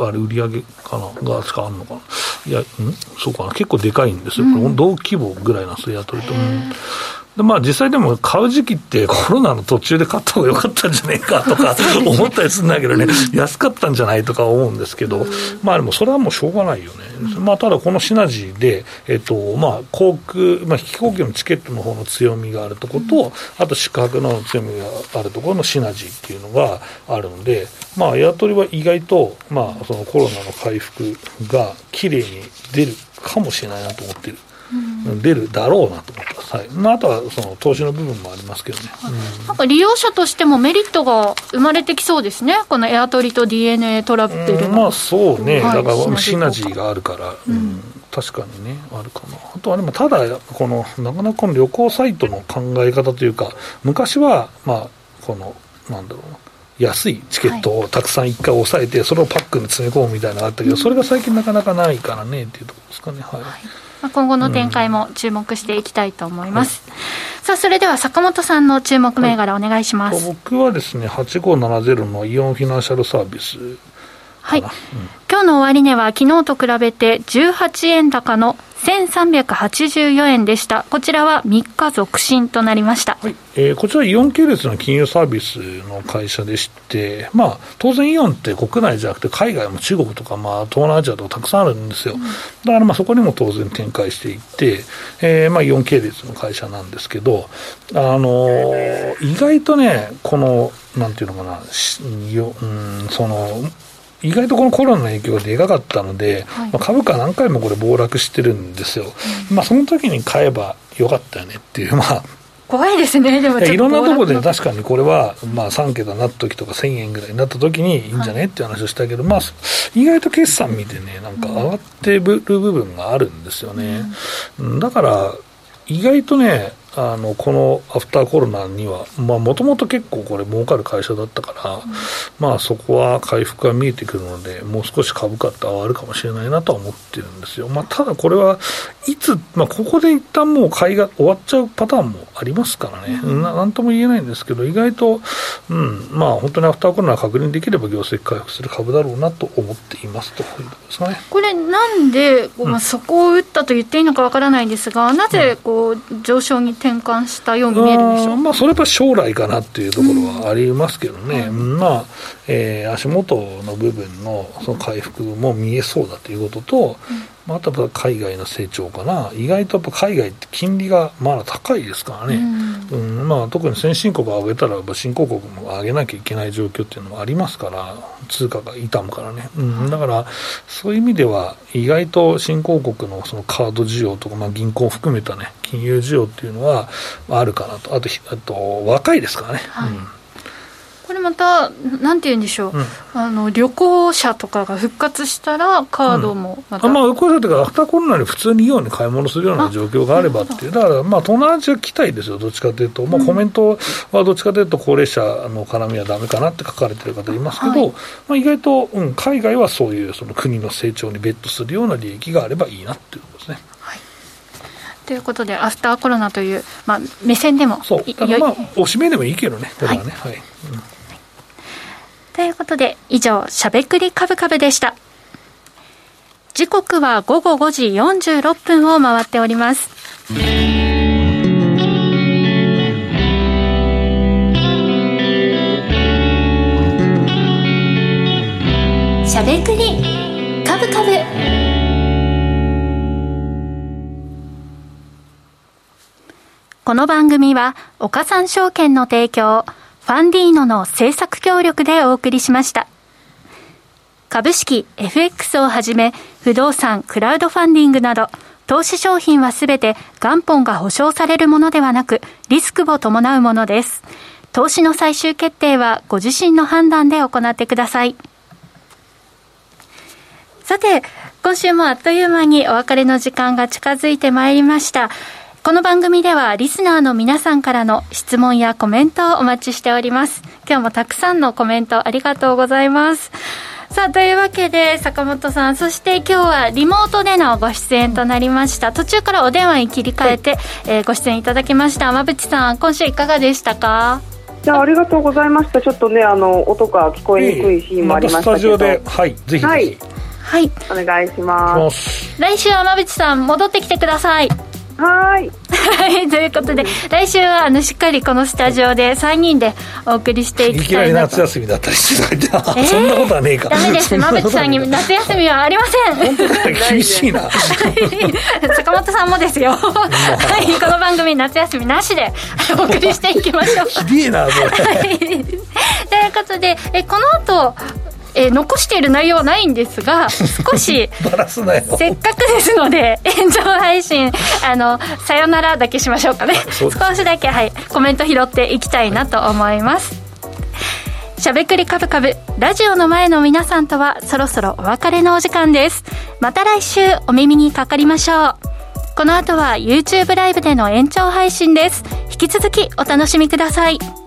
あれ売り上げかなが使うのかないやんそうかな結構でかいんですよ、うん、同規模ぐらいなんですよやっとると。でまあ、実際でも買う時期ってコロナの途中で買った方が良かったんじゃないかとか思ったりするんだけどね安かったんじゃないとか思うんですけど、まあでもそれはもうしょうがないよね、まあ、ただこのシナジーで、えっとまあ、航空、まあ、飛行機のチケットの方の強みがあるところとあと宿泊の強みがあるところのシナジーっていうのがあるので、まあ、エアトリは意外と、まあ、そのコロナの回復がきれいに出るかもしれないなと思っている。うん、出るだろうなと思ってます、はい、まあ、あとはその投資の部分もありますけどね、はい、 うん、なんか利用者としてもメリットが生まれてきそうですねこのエアトリと ディーエヌエー トラベルの、 うん、まあそうね、はい、だからシナジーがあるから、うんうん、確かにねあるかな。あとはでもただこのなかなかこの旅行サイトの考え方というか昔はまあこのなんだろうな安いチケットをたくさん一回押さえて、はい、それをパックに詰め込むみたいなのがあったけど、うん、それが最近なかなかないからねっていうところですかね、はい、はい、 まあ、今後の展開も注目していきたいと思います、うん、はい、さあそれでは坂本さんの注目銘柄お願いします、 はい、僕はですねはちごーななぜろのイオンフィナンシャルサービスはい、うん、今日の終値は昨日と比べてじゅうはちえん高のせんさんびゃくはちじゅうよえんでした。こちらはみっか続伸となりました。 はい、えー、こちらイオン系列の金融サービスの会社でして、まあ、当然イオンって国内じゃなくて海外も中国とか、まあ、東南アジアとかたくさんあるんですよ、うん、だからまあそこにも当然展開していって、えーまあ、イオン系列の会社なんですけど、あのー、意外とねこのなんていうのかなよ、うん、その意外とこのコロナの影響がでかかったので、はい、まあ、株価何回もこれ暴落してるんですよ、うん、まあ、その時に買えばよかったよねっていう、まあ怖いですね。でもちょっといろんなところで確かにこれはまあさんけたになった時とかせんえんぐらいになった時にいいんじゃねっていう話をしたけど、まあ意外と決算見てねなんか上がってる部分があるんですよね、うん、だから意外とねあのこのアフターコロナにはもともと結構これ儲かる会社だったから、うん、まあそこは回復が見えてくるのでもう少し株価って上がるかもしれないなとは思ってるんですよ、まあ、ただこれはいつ、まあ、ここで一旦もう買いが終わっちゃうパターンもありますからね、うん、な, なんとも言えないんですけど意外と、うん、まあ本当にアフターコロナが確認できれば業績回復する株だろうなと思っていますということですかね。 これなんで、まあ、そこを打ったと言っていいのかわからないんですが、なぜこう上昇に転換したように見えるんでしょう。 あ、まあ、それは将来かなっていうところはありますけどね、うん、まあえー、足元の部分 の, その回復も見えそうだということと、うん、まあ、あとは海外の成長かな。意外とやっぱ海外って金利がまだ高いですからね、うんうん、まあ、特に先進国を上げたら新興国も上げなきゃいけない状況っていうのもありますから通貨が傷むからね、うん、だからそういう意味では意外と新興国 の, そのカード需要とか、まあ、銀行を含めた、ね、金融需要っていうのはあるかなと。あと、あと若いですからね、はい、うん、 これまたなんて言うんでしょう、うん、あの旅行者とかが復活したらカードもまた、 うん、あ、まあ、旅行者というかアフターコロナに普通にイオンに買い物するような状況があればっていう、だからまあ東南アジア期待ですよどっちかというと、まあ、コメントはどっちかというと高齢者の絡みはダメかなって書かれてる方いますけど、はい、まあ、意外と、うん、海外はそういうその国の成長にベットするような利益があればいいなっていうことですね。 ということでアフターコロナという、まあ、目線でもそうだからまあおしめでもいいけどねこれはね、はい、はい、うん、 ということで以上しゃべくりカブカブでした。時刻は午後ごじよんじゅうろっぷんを回っております。しゃべくりカブカブ。この番組は岡三証券の提供、ファンディーノの制作協力でお送りしました。株式 エフエックス をはじめ不動産、クラウドファンディングなど投資商品はすべて元本が保証されるものではなくリスクを伴うものです。投資の最終決定はご自身の判断で行ってください。さて、今週もあっという間にお別れの時間が近づいてまいりました。この番組ではリスナーの皆さんからの質問やコメントをお待ちしております。今日もたくさんのコメントありがとうございます。さあ、というわけで坂本さん、そして今日はリモートでのご出演となりました。途中からお電話に切り替えて、はい、えー、ご出演いただきました馬淵さん、今週いかがでしたか？ いや、ありがとうございました。ちょっとね、あの音が聞こえにくいシーンもありましたけど、またスタジオで、 はい、ぜひぜひ、はいはい、 お願いします。 来週は馬淵さん戻ってきてください。 はい。 はい、ということで来週はあのしっかりこのスタジオでさんにんでお送りしていきたいなと。 いきなり夏休みだったりしてた、えー、そんなことはねえか。 ダメです、馬淵さんに夏休みはありません。 本当だ、厳しいな。 坂本さんもですよ。はい、この番組夏休みなしでお送りしていきましょう。 ひでえなそれ。 はい、ということでえこの後えー、残している内容はないんですが少しバラすなよせっかくですので炎上配信あのさよならだけしましょうかね。少しだけ、はい、コメント拾っていきたいなと思います。しゃべくりカブカブ、ラジオの前の皆さんとはそろそろお別れのお時間です。また来週お耳にかかりましょう。この後は YouTube ライブでの延長配信です。引き続きお楽しみください。